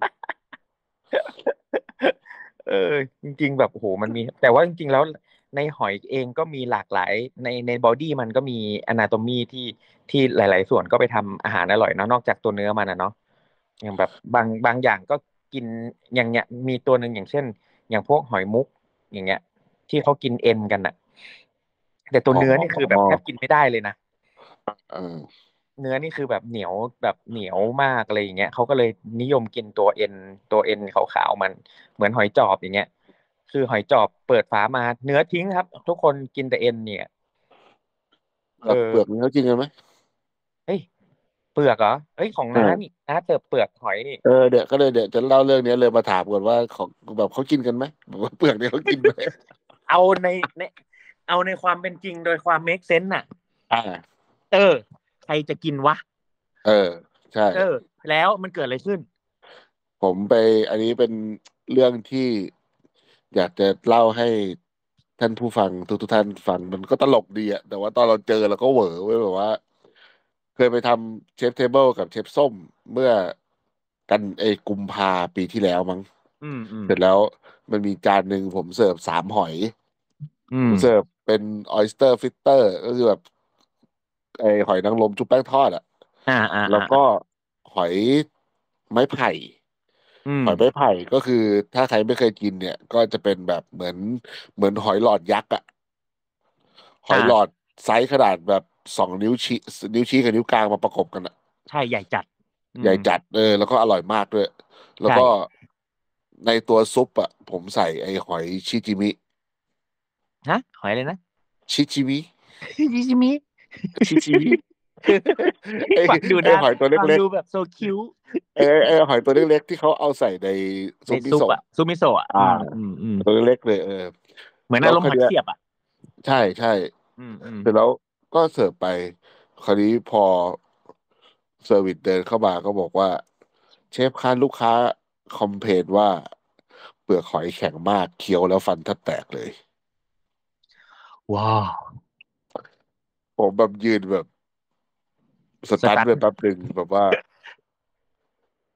Speaker 3: ๆเออจริงๆแบบโอ้โหมันมีแต่ว่าจริงๆแล้วในหอยเองก็มีหลากหลายในในบอดี้มันก็มีอนาโตมีที่ที่หลายๆส่วนก็ไปทำอาหารอร่อยเนอะนอกจากตัวเนื้อมันนะเนาะ อย่างแบบบางบางอย่างก็กินอย่างเงี้ยมีตัวหนึ่งอย่างเช่นอย่างพวกหอยมุกอย่างเงี้ยที่เขากินเอ็นกันน่ะแต่ตัว
Speaker 2: อ๋อ
Speaker 3: เนื้อนี่คือแบบแทบกินไม่ได้เลยนะ
Speaker 2: เออ
Speaker 3: เนื้อนี่คือแบบเหนียวแบบเหนียวมากอะไรอย่างเงี้ยเขาก็เลยนิยมกินตัวเอ็นตัวเอ็นขาวๆมันเหมือนหอยจอบอย่างเงี้ยคือหอยจอบเปิดฝามาเนื้อทิ้งครับทุกคนกินแต่เอ็นเนี่ย
Speaker 2: เปลื
Speaker 3: เออ
Speaker 2: อกเปลือกนี่เขาจริงกันไหม
Speaker 3: เฮ้ยเปลือกเหรอเฮ้ยของน้านี่
Speaker 2: เออ
Speaker 3: น้าเสิร์ฟเปลือกหอยนี่
Speaker 2: เออเดี๋ยวก็เลยเดี๋ยวจะเล่าเรื่องนี้เลยมาถามก่อนว่าของแบบเขากินกันไหมแบบว่าเปลือกเนี่ยเขากินไหม
Speaker 3: เอาในในเอาในความเป็นจริงโดยความ make sense น่ะ
Speaker 2: อ่า
Speaker 3: เออใครจะกินวะ
Speaker 2: เออใช่
Speaker 3: เออแล้วมันเกิดอะไรขึ้น
Speaker 2: ผมไปอันนี้เป็นเรื่องที่อยากจะเล่าให้ท่านผู้ฟังทุกทุกท่านฟังมันก็ตลกดีอะแต่ว่าตอนเราเจอเราก็เหวอเว้ยแบบว่า เคยไปทำเชฟเทเบิลกับเชฟส้มเมื่อกันเอยกุมภาปีที่แล้วมั้ง
Speaker 3: อืมอืม
Speaker 2: เสร็จแล้วมันมีจานหนึ่งผมเสิร์ฟสามหอย
Speaker 3: อืม
Speaker 2: ผมเสิร์ฟเป็นออยสเตอร์ฟิตเตอร์ก็คือแบบไอหอยนางรมชุบแป้งทอดอ่ะ
Speaker 3: อ่าอ่า
Speaker 2: แล้วก็
Speaker 3: อ่าอ่า
Speaker 2: หอยไม้ไผ่
Speaker 3: อืม
Speaker 2: หอยไม้ไผ่ก็คือถ้าใครไม่เคยกินเนี่ยก็จะเป็นแบบเหมือนเหมือนหอยหลอดยักษ์อ่ะหอยหลอ
Speaker 3: อ่า
Speaker 2: ดไซส์ขนาดแบบสองนิ้วชี้นิ้วชี้กับนิ้วกลางมาประกบกันอะ
Speaker 3: ใช่ใหญ่จัดอื
Speaker 2: ใหญ่
Speaker 3: ม
Speaker 2: จัดเออแล้วก็อร่อยมากด้วยแล้ว
Speaker 3: ใช่
Speaker 2: ก็ในตัวซุปอ่ะผมใส่ไอ้หอยชิจิมิ
Speaker 3: ฮะหอยเลยนะ
Speaker 2: ชิจิมิ
Speaker 3: ยิชิมิ
Speaker 2: ชิจิมิไอ้
Speaker 3: ฟังดูน่า
Speaker 2: ไอ้หอยตัวเล็ก
Speaker 3: ฟังดูแบบโซคิว
Speaker 2: ๆไอ้ไอ้หอยตัวเล็กๆที่เขาเอาใส่ใน
Speaker 3: ใน
Speaker 2: ซุปมิโซะ
Speaker 3: ซุปอะซุปมิโซะอ่ะ
Speaker 2: อ่า
Speaker 3: อืมอืมอืม
Speaker 2: ตัวเล็กๆเลยเออ
Speaker 3: เหมือนอารมณ์
Speaker 2: แล้วคราวเนี้ย
Speaker 3: หอยเสียบอ่ะ
Speaker 2: ใช่ใช่
Speaker 3: อืมอืม
Speaker 2: เสร็จแล้วก็เสิร์ฟไปคราวนี้พอเซอร์วิสเดินเข้ามาก็บอกว่าเชฟคะลูกค้าคอมเพลนว่าเปลือกหอยแข็งมากเคี้ยวแล้วฟันแทบแตกเลย
Speaker 3: ว้าว
Speaker 2: ผมแบบยืนแบบสตัน
Speaker 3: สตัน
Speaker 2: ไปแป๊บหนึ่งแบบว่า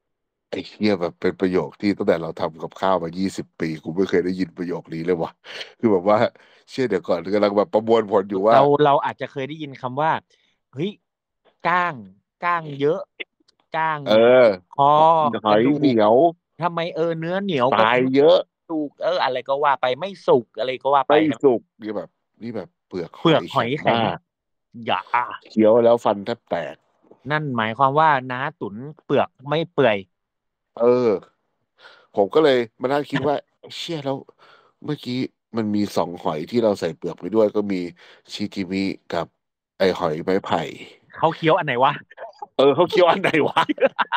Speaker 2: ไอ้เหี้ยแบบเป็นประโยคที่ตั้งแต่เราทำกับข้าวมายี่สิบปีกูไม่เคยได้ยินประโยคนี้เลยว่ะคือแบบว่าเชื่อเดี๋ยวก่อนกำลังแบบประมวลผลอยู่ว่า
Speaker 3: เราเราอาจจะเคยได้ยินคำว่าเฮ้ยก้างก้างเยอะก้าง
Speaker 2: เออ
Speaker 3: คอ
Speaker 2: หอย
Speaker 3: กระดูก
Speaker 2: เหนียว
Speaker 3: ทำไมเออเนื้อเหนียว
Speaker 2: ตาย
Speaker 3: กระดู
Speaker 2: เยอะ
Speaker 3: กเอออะไรก็ว่าไปไม่สุกอะไรก็ว่าไป
Speaker 2: ไม่
Speaker 3: ใช่ไหม
Speaker 2: สุกนี่แบบนี่แบบเปลือกห
Speaker 3: เปลือกหอ
Speaker 2: อยแข็ง
Speaker 3: ยแข็ง
Speaker 2: มาก
Speaker 3: อย่า
Speaker 2: เคี้ยวแล้วฟันแทบแตก
Speaker 3: นั่นหมายความว่าน้าตุ๋นเปลือกไม่เปื่อย
Speaker 2: เออผมก็เลยมานั่งคิดว่าเชี่ยแล้วเมื่อกี้มันมีสองหอยที่เราใส่เปลือกไปด้วยก็มีชิจิมิกับไอหอยไม้ไผ่
Speaker 3: เขาเคี้ยวอันไหนวะ
Speaker 2: เออเขาเคี้ยวอันไหนวะ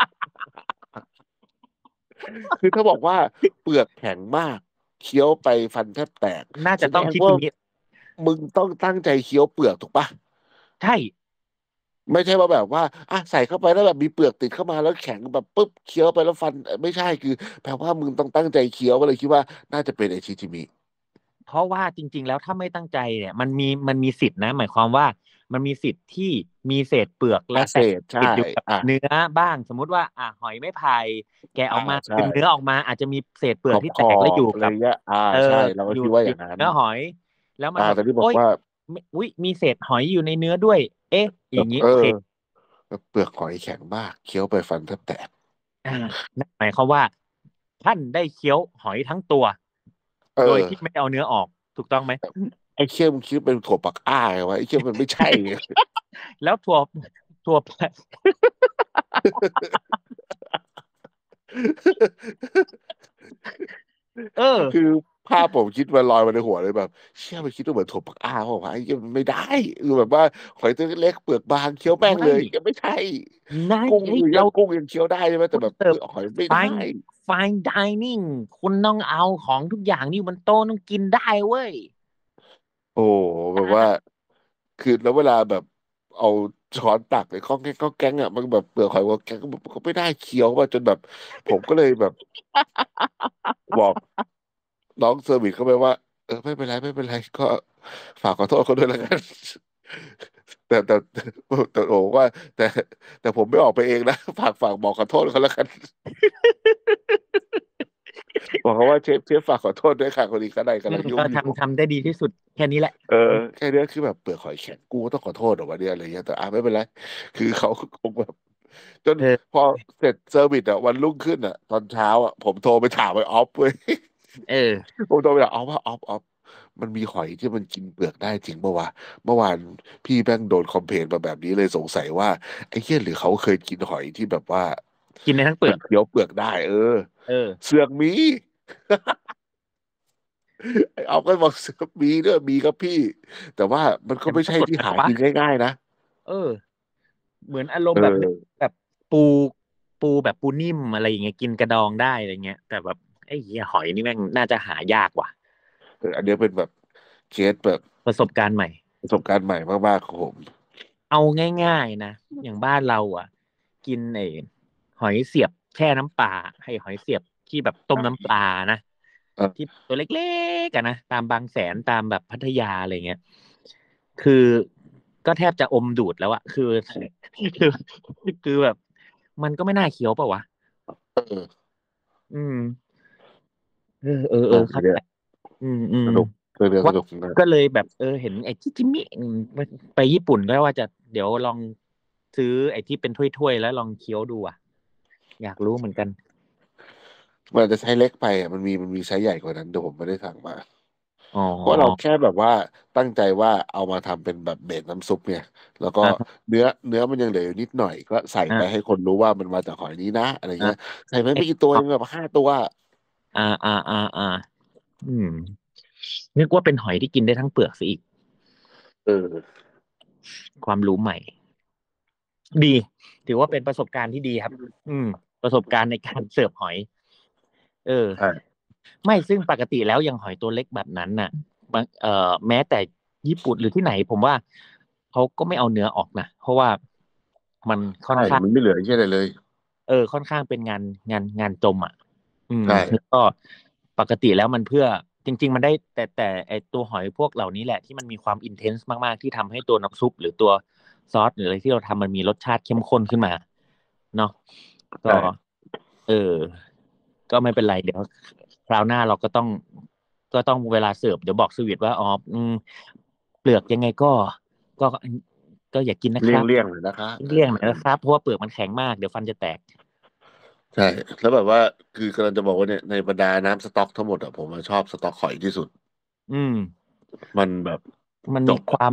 Speaker 2: คือถ้าบอกว่าเปลือกแข็งมากเคี้ยวไปฟันแทบแตก
Speaker 3: น่า
Speaker 2: แส
Speaker 3: จะต้อง
Speaker 2: ดงว่า
Speaker 3: คิดอย่างนี้
Speaker 2: มึงต้องตั้งใจเคี้ยวเปลือกถูกปะ
Speaker 3: ใช่
Speaker 2: ไม่ใช่ว่าแบบว่าอ่ะใส่เข้าไปแล้วแบบมีเปลือกติดเข้ามาแล้วแข็งแบบปุ๊บเคี้ยวไปแล้วฟันไม่ใช่คือแปลว่ามึงต้องตั้งใจเคี้ยวก็เลยคิดว่าน่าจะเป็นไอชิจิมิ
Speaker 3: เพราะว่าจริงๆแล้วถ้าไม่ตั้งใจเนี่ยมันมีมันมีสิทธินะหมายความว่ามันมีสิทธิ์ที่มีเศษเปลือกแล้
Speaker 2: อาเศ
Speaker 3: วแตก
Speaker 2: ษใช่
Speaker 3: ติดอยู่กับ
Speaker 2: อ่ะ
Speaker 3: เนื้อบ้างสมมุติว่าอ่ะหอยไม้ไผ่แกะอ
Speaker 2: อ่า
Speaker 3: อกมา
Speaker 2: ใช่
Speaker 3: ดึงเนื้อออกมาอาจจะมีเศษเปลือกที่แต
Speaker 2: ขอบขอ
Speaker 3: กแล้วอยู่
Speaker 2: บอะไร
Speaker 3: กับ
Speaker 2: เงี้ยอ่า
Speaker 3: เออ
Speaker 2: ใช่เราก็
Speaker 3: อยู่
Speaker 2: คิดว่าอ
Speaker 3: อยู่
Speaker 2: ย่างนั้น
Speaker 3: เนื้อหอยแล้วมันแบบ
Speaker 2: อ่าแต่ที่บอ
Speaker 3: โอ๊ย
Speaker 2: กว่า
Speaker 3: ไม่อุ๊ยมีเศษหอยอยู่ในเนื้อด้วยเอ๊ะอย่างนี้
Speaker 2: แบบเออ
Speaker 3: โอเค
Speaker 2: เปลือกหอยแข็งมากเคี้ยวไปฟันแทบแตก
Speaker 3: อ่านั่นหมายความว่าท่านได้เคี้ยวหอยทั้งตัว
Speaker 2: เออ
Speaker 3: โดยที่ไม่เอาเนื้อออกถูกต้องไหม
Speaker 2: ไอ้เขี้ยมคิดเป็นถั่วปักอ้าไงวะไอ้เขี้ยมมันไม่ใช่ไง
Speaker 3: แล้วถั่วถั่ว เออ
Speaker 2: คือภาพผมคิดมันลอยมาในหัวเลยแบบเชี่ยมันคิดว่าเหมือนถั่วปักอ้าเพราะว่าไอ้เขี้ยมันไม่ได้คือแบบว่าหอยตัวเล็กเปลือกบางเคี้ยวแม่ง
Speaker 3: ไม่
Speaker 2: เลยยังไม่ใช่
Speaker 3: นาย
Speaker 2: กุ้ง
Speaker 3: เฮ้ยเรา
Speaker 2: คือยังกุ้งยังเคี้ยวได้ใช่ไหมแต่
Speaker 3: คุณ
Speaker 2: แบบ
Speaker 3: เสิร์ฟ
Speaker 2: เปลือกหอยไม่ได้
Speaker 3: fine fine dining คุณต้องเอาของทุกอย่างที่อยู่บนโต๊ะต้องกินได้เว้ย
Speaker 2: โอ้แบบว่าคือแล้วเวลาแบบเอาช้อนตักเลยข้องแกงข้องแกงอ่ะมันแบบเปลือกหอยว่าแกงก็แบบก็ไม่ได้เคี้ยวมาจนแบบผมก็เลยแบบบอกน้องเซอร์วิสเข้าไปว่าเออไม่เป็นไรไม่เป็นไรก็ฝากขอโทษเขาด้วยแล้วกันแต่แต่แต่แต่โอ้ว่าแต่แต่ผมไม่ออกไปเองนะฝากฝากบอกขอโทษเขาแล้วกันบอกเขาว่าเชฟเชฟฝากขอโทษด้วยค่ะคนนี้ข้างใน
Speaker 3: อื
Speaker 2: กำลั
Speaker 3: มก็
Speaker 2: งยุ่งอยู่
Speaker 3: ทำทำได้ดีที่สุดแค่นี้แหละ
Speaker 2: เออแค่เนี้ยคือแบบเปลือกหอยแข็งกูก็ต้องขอโทษเหรอวะเนี่ยอะไรเงี้ยแต่อ่ะไม่เป็นไรคือเขาคงแบบจน
Speaker 3: เออ
Speaker 2: พอเสร็จเซอร์วิสอ่ะวันรุ่งขึ้นอ่ะตอนเช้าอ่ะผมโทรไปถามไอ้ออฟเว้ย
Speaker 3: เออ
Speaker 2: ผมโทรไปถามออฟว่าออฟออฟมันมีหอยที่มันกินเปลือกได้จริงเมื่อวานเมื่อวานพี่แม่งโดนคอมเพลนมาแบบนี้เลยสงสัยว่าไอ้เหี้ยหรือเขาเคยกินหอยที่แบบว่า
Speaker 3: กินในทั้งเปลือก
Speaker 2: มันเคี้ยวเปลือกได้เออ
Speaker 3: เออ
Speaker 2: เสือกมี ไอ้ออฟก็บอกมีด้วยมีครับพี่แต่ว่ามันก็
Speaker 3: แต่มันก็
Speaker 2: ไม่ใช่ที่
Speaker 3: สดจังวะ
Speaker 2: หากินง่ายๆนะ
Speaker 3: เออเหมือนอารม
Speaker 2: เอ
Speaker 3: ณ์แบบ
Speaker 2: อ
Speaker 3: แบบปูปูแบบปูนิ่มอะไรอย่างเงี้ยกินกระดองได้อะไรเงี้ยแต่แบบไอ้เหี้ยหอยนี่แม่งน่าจะหายากว่ะ
Speaker 2: เอออันเนี้ยเป็นแบบเคสแบบ
Speaker 3: ประสบการณ์ใหม่
Speaker 2: ประสบการณ์ใหม่มากๆของผม
Speaker 3: เอาง่ายๆนะอย่างบ้านเราอ่ะกินไอ้หอยเสียบแช่น้ำปลาให้หอยเสียบที่แบบต้มน้ำปลานะ
Speaker 2: เออ
Speaker 3: ที่ตัวเล็กๆกันนะตามบางแสนตามแบบพัทยาอะไรเงี้ยคือก็แทบจะอมดูดแล้วอะคือคือคือแบบมันก็ไม่น่าเคี้ยวเปล่าวะ
Speaker 2: เออ
Speaker 3: อืมเออเออเอ
Speaker 2: อ่ะ
Speaker 3: อเข้าใจ
Speaker 2: เนี่ย
Speaker 3: อืมอืม
Speaker 2: สนุกเรื่องเนี้ยส
Speaker 3: ว่า
Speaker 2: นุกนะ
Speaker 3: ก็เลยแบบเออเห็นไอ้จิจิมิอืมไปไปญี่ปุ่นก็ว่าจะเดี๋ยวลองซื้อไอ้ที่เป็นถ้วยๆแล้วลองเคี้ยวดูอ่ะอยากรู้เหมือนกัน
Speaker 2: มันอาจจะใช้เล็กไปอ่ะมันมีมันมีไซส์ใหญ่กว่านั้นแต่ผมไม่ได้สั่งมา
Speaker 3: อ๋อ
Speaker 2: เพราะเราแค่แบบว่าตั้งใจว่าเอามาทำเป็นแบบเบสน้ำซุปเนี่ยแล้วก็
Speaker 3: อ่า
Speaker 2: เนื้อเนื้อมันยังเหลืออยู่นิดหน่อยก็ใส่ไปให้
Speaker 3: อ่า
Speaker 2: คนรู้ว่ามันมาจากหอยนี้นะอะไร
Speaker 3: อ่า
Speaker 2: เงี้ยใส่ไป
Speaker 3: ไอ้
Speaker 2: ไม่กี่ตัวเองแบบห้าตัว
Speaker 3: อ่าอ่าอ่าอ่าอืมนึกว่าเป็นหอยที่กินได้ทั้งเปลือกซะอีก
Speaker 2: เออ
Speaker 3: ความรู้ใหม่ดีถือว่าเป็นประสบการณ์ที่ดีครับอืมประสบการณ์ในการเสิร์ฟหอยเออ
Speaker 2: ใช่
Speaker 3: ไม่ซึ่งปกติแล้วอย่างหอยตัวเล็กแบบนั้นน่ะบางเอ่อแม้แต่ญี่ปุ่นหรือที่ไหนผมว่าเขาก็ไม่เอาเนื้อออกนะเพราะว่ามันค่อ
Speaker 2: ใช่
Speaker 3: นข้าง
Speaker 2: มันไม่เหลือแค่ไหนเลย
Speaker 3: เออค่อนข้างเป็นงานงานงานจมอ่ะอืม
Speaker 2: ใช่
Speaker 3: แล้วก็ปกติแล้วมันเพื่อจริงๆมันได้แต่แต่ไอตัวหอยพวกเหล่านี้แหละที่มันมีความอินเทนส์มากๆที่ทำให้ตัวน้ำซุปหรือตัวซอสหรืออะไรที่เราทำมันมีรสชาติเข้มข้นขึ้นมาเนาะก็
Speaker 2: ใช่
Speaker 3: เออก็ไม่เป็นไรเดี๋ยวคราวหน้าเราก็ต้องก็ต้องเวลาเสิร์ฟเดี๋ยวบอกสวีทว่าอ๋ออืมเปลือกยังไงก็ก็ก็อย่ากินนะค
Speaker 2: เลี่ย
Speaker 3: รับ
Speaker 2: งเลี่ยงเลยนะคะเอ
Speaker 3: เลี่ยงหน่อย
Speaker 2: อ
Speaker 3: นะครับเพราะว่าเปลือกมันแข็งมากเดี๋ยวฟันจะแตก
Speaker 2: ใช่แล้วแบบว่าคือกำลังจะบอกว่าเนี่ยในบรรดาน้ำสต๊อกทั้งหมดอะผมชอบสต๊อกหอยที่สุด
Speaker 3: อืม
Speaker 2: มันแบบ
Speaker 3: มัน
Speaker 2: จบ
Speaker 3: มีความ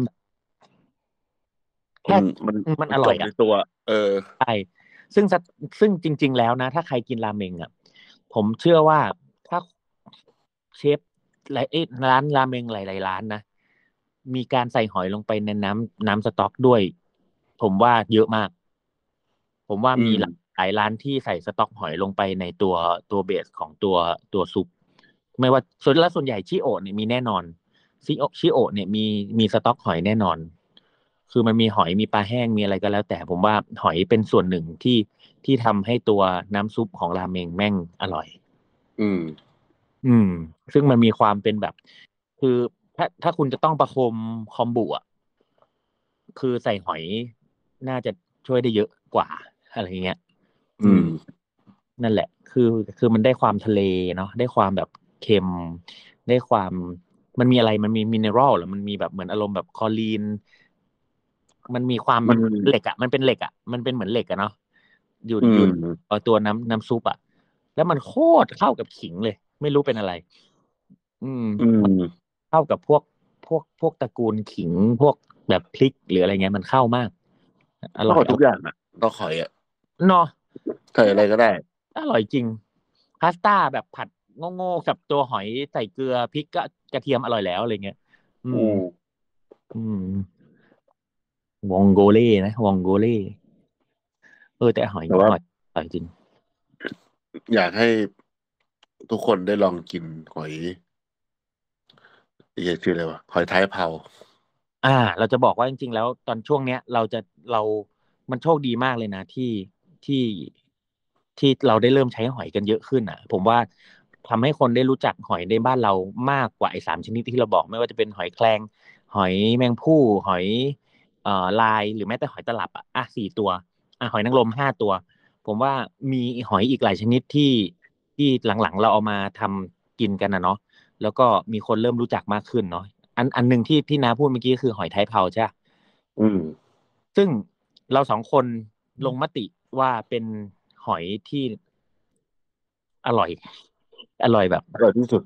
Speaker 2: มัน
Speaker 3: แค่
Speaker 2: มัน
Speaker 3: มัน
Speaker 2: มัน
Speaker 3: อร่อยอ่ะ
Speaker 2: จบในตัวเออ
Speaker 3: ใช่ซึ่งสัตซึ่งจริงๆแล้วนะถ้าใครกินราเมงอ่ะผมเชื่อว่าถ้าเชฟหลายเอ้ยร้านราเมงหลายๆร้านนะมีการใส่หอยลงไปในน้ำน้ำสต๊อกด้วยผมว่าเยอะมากผมว่า
Speaker 2: อืม
Speaker 3: มีหลายร้านที่ใส่สต๊อกหอยลงไปในตัวตัวเบสของตัวตัวซุปไม่ว่าส่วนแล้วส่วนใหญ่ชิโอะเนี่ยมีแน่นอนชิโอะชิโอะเนี่ยมีมีสต๊อกหอยแน่นอน คือมันมีหอยมีปลาแห้งมีอะไรก็แล้วแต่ผมว่าหอยเป็นส่วนหนึ่งที่ที่ทำให้ตัวน้ำซุปของราเมงแม่งอร่อย
Speaker 2: อืม
Speaker 3: อืมซึ่งมันมีความเป็นแบบคือถ้าถ้าคุณจะต้องประโคมคอมบุอ่ะคือใส่หอยน่าจะช่วยได้เยอะกว่าอะไรอย่างเงี้ยอืม
Speaker 2: อืม
Speaker 3: นั่นแหละคือคือมันได้ความทะเลเนาะได้ความแบบเค็มได้ความมันมีอะไรมันมีมินเนอรัลหรือมันมีแบบเหมือนอารมณ์แบบคลอรีน มันมีความ
Speaker 2: มัน
Speaker 3: เหล็กอ่ะมันเป็นเหล็กอ่ะมันเป็นเหมือนเหล็กอ่ะเนาะอยู่
Speaker 2: อื
Speaker 3: อยู่
Speaker 2: ม
Speaker 3: เอาตัวน้ำน้ำซุปอ่ะแล้วมันโคตรเข้ากับขิงเลยไม่รู้เป็นอะไรอืม
Speaker 2: อืม
Speaker 3: เข้ากับพวกพวกพวกตระกูลขิงพวกแบบพริกหรืออะไรเงี้ยมันเข้ามากอ
Speaker 2: ต้องขอ
Speaker 3: ร่อยอร่อย
Speaker 2: ทุกอย่างอ่ะต้องขอยอ่ะ
Speaker 3: เนาะ
Speaker 2: ใส่อะไรก็ได้
Speaker 3: อร่อยจริงพาสต้าแบบผัดโง่ๆกับตัวหอยใส่เกลือพริกก็กระเทียมอร่อยแล้วอะไรเงี้ยอื
Speaker 2: อื
Speaker 3: ม
Speaker 2: ม
Speaker 3: อืมวองโกเล่นะวองโกเล่เออแต่หอย
Speaker 2: แต่ว่า
Speaker 3: หอยอร่อยจริง
Speaker 2: อยากให้ทุกคนได้ลองกินหอยเรียกชื่ออะไรวะหอยท้ายเผา
Speaker 3: อ่าเราจะบอกว่าจริงๆแล้วตอนช่วงเนี้ยเราจะเรามันโชคดีมากเลยนะที่ที่ที่เราได้เริ่มใช้หอยกันเยอะขึ้นอ่ะผมว่าทำให้คนได้รู้จักหอยในบ้านเรามากกว่าไอ้สามชนิดที่เราบอกไม่ว่าจะเป็นหอยแครงหอยแมงภู่หอยเอ่อลายหรือแม้แต่หอยตลับอ่ะอ่ะสี่ตัวอ่ะหอยนางรมห้าตัวผมว่ามีหอยอีกหลายชนิดที่ที่หลังๆเราเอามาทำกินกันนะเนาะแล้วก็มีคนเริ่มรู้จักมากขึ้นเนาะ อันอันหนึ่งที่ที่น้าพูดเมื่อกี้คือหอยไทยเผาใช่ปะ
Speaker 2: อืม
Speaker 3: ซึ่งเราสองคนลงมติว่าเป็นหอยที่อร่อยอร่อยแบบ
Speaker 2: อร่อยที่สุด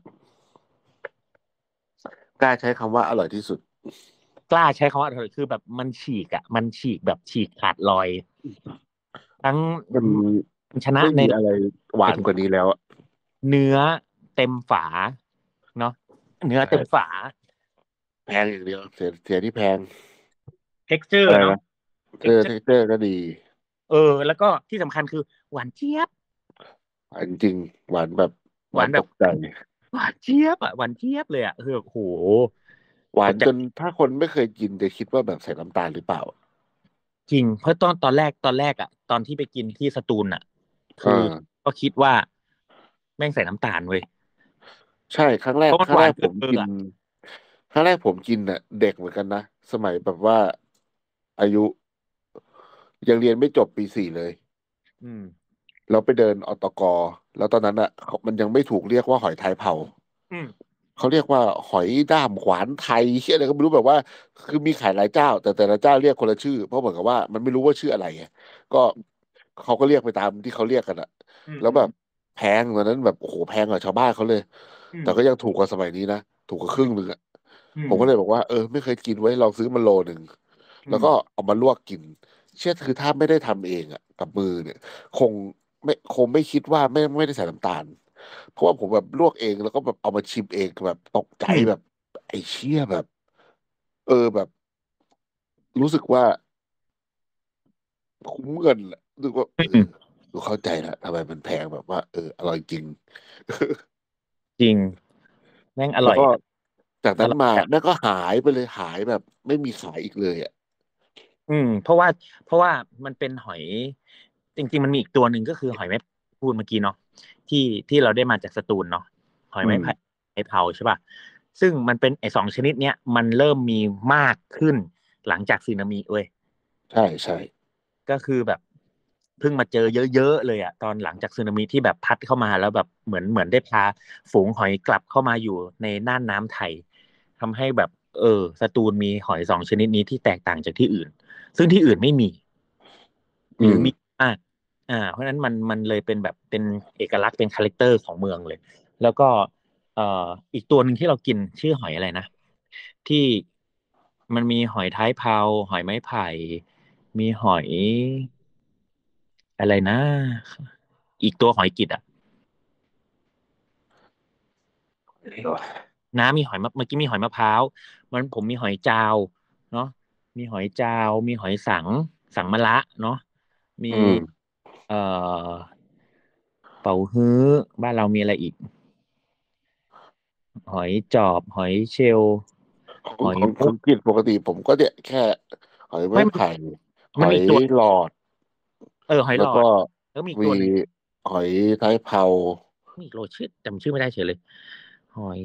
Speaker 2: กล้าใช้คำว่าอร่อยที่สุด
Speaker 3: กล้าใช้คำว่าอร่อยคือแบบมันฉีกอ่ะมันฉีกแบบฉีกขาดลอยทั้ง
Speaker 2: มัน
Speaker 3: มันชนะใน
Speaker 2: ไม่มีอะไรห
Speaker 3: ไปถึง
Speaker 2: วานกว่านี้แล้วอะ
Speaker 3: เนื้อเต็มฝาเนาะเนื้อเต็ม
Speaker 2: ใช่
Speaker 3: ฝา
Speaker 2: แพงอย่างเดียวเสียเสียที่แพง
Speaker 3: texture เนาะ
Speaker 2: อะไรนะเออเท็
Speaker 3: texture
Speaker 2: กเจอร์ก็ดี
Speaker 3: เออแล้วก็ที่สำคัญคือหวานเจี๊ยบ
Speaker 2: อันจริงหวานแบบห
Speaker 3: หวานแบบ
Speaker 2: วานตกใจ
Speaker 3: หวานเจี๊ยบอ่ะหวานเจี๊ยบเลยอ่ะคือแบบโห
Speaker 2: หวาน
Speaker 3: อดใจ
Speaker 2: จนถ้าคนไม่เคยกินจะคิดว่าแบบใส่น้ำตาลหรือเปล่า
Speaker 3: จริงเพราะตอนตอนแรกตอนแรกอ่ะตอนที่ไปกินที่สตูลอ่ะ
Speaker 2: อ่
Speaker 3: คือ
Speaker 2: า
Speaker 3: ก็คิดว่าแม่งใส่น้ำตาลเว้ย
Speaker 2: ใช่ครั้งแร
Speaker 3: เพราะมัน
Speaker 2: กครั้งแรก
Speaker 3: หวานเกิน
Speaker 2: ผมกิน
Speaker 3: เบอร์อ่ะ
Speaker 2: ครั้งแรกผมกินน่ะเด็กเหมือนกันนะสมัยแบบว่าอายุยังเรียนไม่จบปีสี่เลย
Speaker 3: อืม
Speaker 2: แล้วไปเดินอตกแล้วตอนนั้นอ่ะเขามันยังไม่ถูกเรียกว่าหอยทายเผา
Speaker 3: อืม
Speaker 2: เขาเรียกว่าหอยด้ามขวานไทยเชี่ยอะไรก็ไม่รู้แบบว่าคือมีขายหลายเจ้าแต่แต่ละเจ้าเรียกคนละชื่อเพราะเหมือนกับว่ามันไม่รู้ว่าชื่ออะไรไงก็เขาก็เรียกไปตามที่เขาเรียกกันอะ
Speaker 3: อืมอืม
Speaker 2: แล้วแบบแพงตอนนั้นแบบโอ้โหแพงกว่าชาวบ้านเขาเลย
Speaker 3: อืม
Speaker 2: แต่ก็ยังถูกกว่าสมัยนี้นะถูกกว่าครึ่งหนึ่งอะ
Speaker 3: อืม
Speaker 2: ผมก็เลยบอกว่าเออไม่เคยกินไว้ลองซื้อมาโลหนึ่งแล้วก็
Speaker 3: อืม
Speaker 2: เอามาลวกกินเชื่อคือถ้าไม่ได้ทำเองอะกับมือเนี่ยคงไม่คงไม่คิดว่าไม่ไม่ได้ใส่น้ำตาล เพราะว่าผมแบบลวกเองแล้วก็แบบเอามาชิมเองแบบตกใจ
Speaker 3: อืม
Speaker 2: แบบไอ้เชี่ยแบบเออแบบรู้สึกว่าคุ้มเงินแหละรู้สึกว่าเออ
Speaker 3: อืม
Speaker 2: รู้เข้าใจแล้วทำไมมันแพงแบบว่าเอออร่อยจริง
Speaker 3: จริงแม่งอ
Speaker 2: แล้วก็
Speaker 3: ร่อย
Speaker 2: จากนั้นมา
Speaker 3: อร่อยแบบ
Speaker 2: แม่งก็หายไปเลยหายแบบไม่มีขายอีกเลยอ่ะ
Speaker 3: อืมเพราะว่าเพราะว่ามันเป็นหอยจริงๆมันมีอีกตัวหนึ่งก็คือหอยแม่พูดเมื่อกี้เนาะที่ที่เราได้มาจากสตูลเนาะหอย
Speaker 2: อืม
Speaker 3: ไม้ไผ่ไม้เผาใช่ป่ะซึ่งมันเป็นไอ้สองชนิดเนี้ยมันเริ่มมีมากขึ้นหลังจากสึนามิเว้ย
Speaker 2: ใช่ใช่
Speaker 3: ก็คือแบบพิ่งมาเจอเยอะๆเลยอ่ะตอนหลังจากสึนามิที่แบบพัดเข้ามาแล้วแบบเหมือนเหมือนได้พาฝูงหอยกลับเข้ามาอยู่ในน่านน้ำไทยทำให้แบบเออสตูลมีหอยสองชนิดนี้ที่แตกต่างจากที่อื่นซึ่งที่อื่นไม่มีห
Speaker 2: อืม
Speaker 3: รือมีมากอ่าเพราะฉะนั้นมันมันเลยเป็นแบบเป็นเอกลักษณ์เป็นคาแรคเตอร์ของเมืองเลยแล้วก็เอ่ออีกตัวหนึ่งที่เรากินชื่อหอยอะไรนะที่มันมีหอยท้ายเผาหอยไม้ไผ่มีหอยอะไรนะอีกตัวหอยกิดอ่ะน้ำมีหอยมะเมื่อกี้มีหอยมะพร้าวมันผมมีหอยจาวเนาะมีหอยจาวมีหอยสังสังมะระเนาะมี
Speaker 2: อืม
Speaker 3: เอ่อเป่าฮื้อบ้านเรามีอะไรอีกหอยจอบหอยเชลล์
Speaker 2: ของของข
Speaker 3: หอยมุก
Speaker 2: องกิจปกติผมก็เนี่ยแค่หอยไม้
Speaker 3: ไม่มัน
Speaker 2: ไผ่หอย
Speaker 3: มันมีอีกตัว
Speaker 2: หลอด
Speaker 3: เออหอย
Speaker 2: แล้วก็
Speaker 3: หลอดแล้วมีอีก
Speaker 2: มี
Speaker 3: ตัวหนึ่ง
Speaker 2: หอยท้ายเผา
Speaker 3: มีอีกโรดชื่อจำชื่อไม่ได้เฉยเลยหอย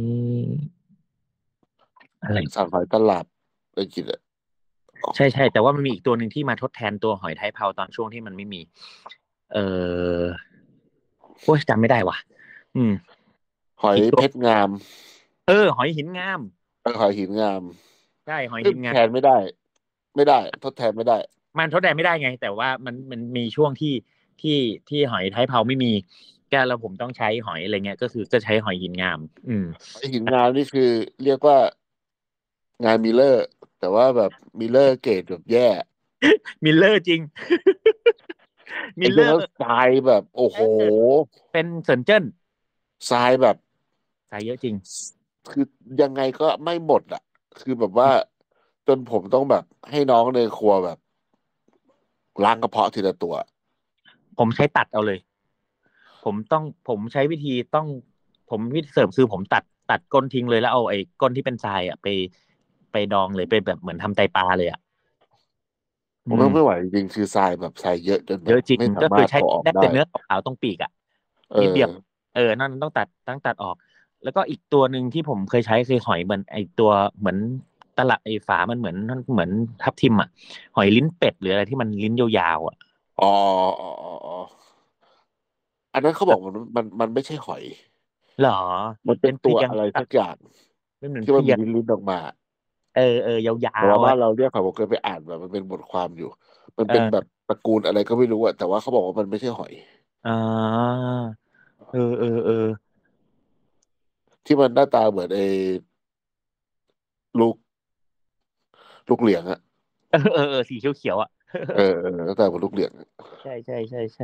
Speaker 3: อะไร
Speaker 2: สั่งหอยตลับไปกินอ่ะ
Speaker 3: ใช่ใช่แต่ว่ามันมีอีกตัวหนึ่งที่มาทดแทนตัวหอยไทยเผาตอนช่วงที่มันไม่มีเออโอ้ยจำไม่ได้ว่ะอืม
Speaker 2: หอย
Speaker 3: อีกตัว
Speaker 2: เพชรงาม
Speaker 3: เออหอยหินงาม
Speaker 2: เออหอยหินงาม
Speaker 3: ใช่หอย
Speaker 2: ซึ่ง
Speaker 3: หินงาม
Speaker 2: แทนไม่ได้ไม่ได้ทดแทนไม่ได้
Speaker 3: มันทดแทนไม่ได้ไงแต่ว่ามันมันมีช่วงที่ที่ที่หอยไทยเผาไม่มีแกแล้วผมต้องใช้หอยอะไรเงี้ยก็คือก็ใช้หอยหินงามอืม
Speaker 2: หอยหินงามนี่คือเรียกว่างานมิลเลอร์แต่ว่าแบบมิลเลอร์เกรดแบบแย่
Speaker 3: มิลเลอร์จริงมิ
Speaker 2: ไอ้เจ้าแล้ว
Speaker 3: ลเลอร์
Speaker 2: ทรายแบบโอ้โห
Speaker 3: เออเป็นเซินเจิ้น
Speaker 2: ทรายแบบ
Speaker 3: ใส่เยอะจริง
Speaker 2: คือยังไงก็ไม่หมดอ่ะคือแบบว่าจนผมต้องแบบให้น้องในครัวแบบล้างกระเพาะทีละตัว
Speaker 3: ผมใช้ตัดเอาเลย ผมต้องผมใช้วิธีต้องผมวิธีเสริมคือผมตัดตัดก้นทิ้งเลยแล้วเอาไอ้ก้นที่เป็นทรายอ่ะไปไปดองเลยไปแบบเหมือนทำไตปลาเลยอ่ะอืม
Speaker 2: ผมไม่ไม่ไหวจริงๆคือทรายแบบทรายเยอะจนแบบ
Speaker 3: เยอะจริง
Speaker 2: ไม่สา
Speaker 3: ก็คือใช้
Speaker 2: มารถเอาออกได้
Speaker 3: ได้แต่เนื้อขาวๆตรงปีกอ่ะ
Speaker 2: เออ
Speaker 3: นิดเดียวเออนั่นต้องตัดต้องตัดออกแล้วก็อีกตัวหนึ่งที่ผมเคยใช้คือหอยเหมือนไอ้ตัวเหมือนตลับไอ้ฝามันเหมือนเหมือนทับทิมอ่ะหอยลิ้นเป็ดหรืออะไรที่มันลิ้นยาวๆอ่ะ
Speaker 2: อ๋ออ๋ออ๋ออ๋ออันนั้นเขาบอกมันมันมันไม่ใช่หอย
Speaker 3: เหรอ
Speaker 2: มันเป็
Speaker 3: เป็นเพลียง
Speaker 2: นตัวอะไรสักอย่าง
Speaker 3: เป็นเหมือน
Speaker 2: ที่มันมี
Speaker 3: เพลียง
Speaker 2: ลิ้นๆออกมา
Speaker 3: เออเออยา
Speaker 2: แต่ว่า
Speaker 3: วๆอ่ะ
Speaker 2: บ้านเราเรียกเขาผมเคยไปอ่านแบบมันเป็นบทความอยู่มัน
Speaker 3: เออ
Speaker 2: เป็นแบบตระกูลอะไรก็ไม่รู้อะแต่ว่าเขาบอกว่ามันไม่ใช่หอย
Speaker 3: อ่าเออเออเออ
Speaker 2: ที่มันหน้าตาเหมือนไอ้ลูกลูกเหลียงอะ
Speaker 3: เออเออเออสีเขียวเขียวอ่ะ
Speaker 2: เออเออหน้าตาเหมือนลูกเหลียงอะ
Speaker 3: ใช่ใช่ใช่ใช่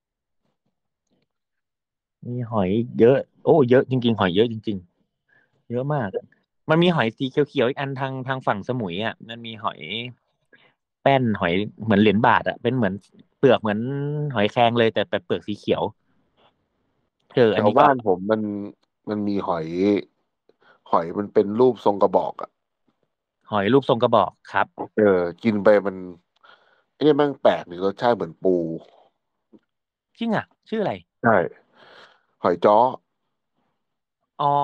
Speaker 3: มีหอยเยอะโอ้เยอะจริงๆหอยเยอะจริงๆเยอะมากมันมีหอยสีเขียวเขียวอีกอันทางทางฝั่งสมุยอ่ะมันมีหอยแป้นหอยเหมือนเหรียญบาทอ่ะเป็นเหมือนเปลือกเหมือนหอยแครงเลยแต่แต่เปลือกสีเขียวเอออันนี้ก็
Speaker 2: แถวบ้านผมมันมันมีหอยหอยมันเป็นรูปทรงกระบอกอ่ะ
Speaker 3: หอยรูปทรงกระบอกครับ
Speaker 2: เออกินไปมันไอ้เนี่ยแม่งแปลกหรือรสชาติเหมือนปู
Speaker 3: จริงอ่ะชื่ออะไร
Speaker 2: ใช่หอยจ้อ
Speaker 3: อ๋อ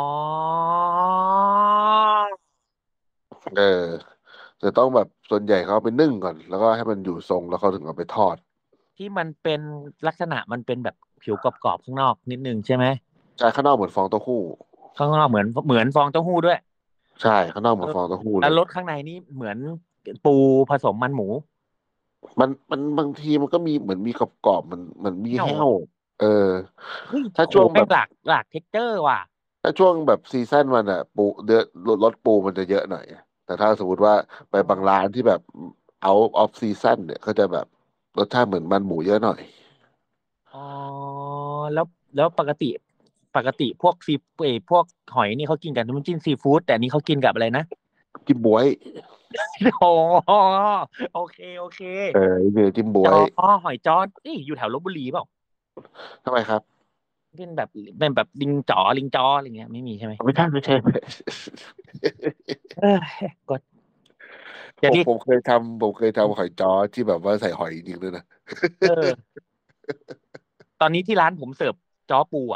Speaker 2: เออจะต้องแบบส่วนใหญ่เขาเอาไปนึ่งก่อนแล้วก็ให้มันอยู่ทรงแล้วเขาถึงเอาไปทอด
Speaker 3: ที่มันเป็นลักษณะมันเป็นแบบผิวกรอบๆข้างนอกนิดนึงใช่ไหม
Speaker 2: ใช่ข้างนอกเหมือนฟองเต้าหู้
Speaker 3: ข้างนอกเหมือนเหมือนฟองเต้าหู้ด้วย
Speaker 2: ใช่ข้างนอกเห
Speaker 3: เออ
Speaker 2: มือนฟองเต้าหู้
Speaker 3: แล้ว
Speaker 2: เลย
Speaker 3: รสข้างในนี่เหมือนปูผสมมันหมู
Speaker 2: มันมันบางทีมันก็มีเหมือนมีกรอบๆมันเหมือนมี
Speaker 3: โอ้
Speaker 2: แห้วเออ
Speaker 3: เฮ้ย
Speaker 2: ถ้า
Speaker 3: โห
Speaker 2: ช่วงแบบ
Speaker 3: แม่งหลากหลากเท็กเจอร์ว่ะ
Speaker 2: ถ้าช่วงแบบซีซั่นมันอ่ะปูเดือดรสปูมันจะเยอะหน่อยแต่ถ้าสมมติว่าไป
Speaker 3: อ๋อ
Speaker 2: บางร้านที่แบบเอาออฟซีซั่นเนี่ยก็จะแบบรสชาติเหมือนมันหมูเยอะหน่อย
Speaker 3: อ๋อแล้วแล้วปกติปกติพวกซีเอยพวกหอยนี่เขากินกับน้ำจิ้มซีฟู้ดแต่อันนี้เขากินกับอะไรนะ
Speaker 2: จิ้มบ๊วย
Speaker 3: โอ้โอเคโอเค
Speaker 2: เออเนื้อจิ้มบ๊
Speaker 3: จอ
Speaker 2: วย
Speaker 3: หอยจอนี่อยู่แถวลพบุรีเปล่า
Speaker 2: ทำไมครับ
Speaker 3: เป็นแบบเป็นแบบลิงจ๋อลิงจออะไรเงี้ยไม่มีใช่ไหม
Speaker 2: ไม่ใช่ไม่ใช่
Speaker 3: เออกด
Speaker 2: ผ
Speaker 3: จะเรียก
Speaker 2: มผมเคยทำผมเคยทำหอยจ้อที่แบบว่าใส่หอยจริงๆด้วยนะ
Speaker 3: เออตอนนี้ที่ร้านผมเสิร์ฟจ้อปูอ่ะ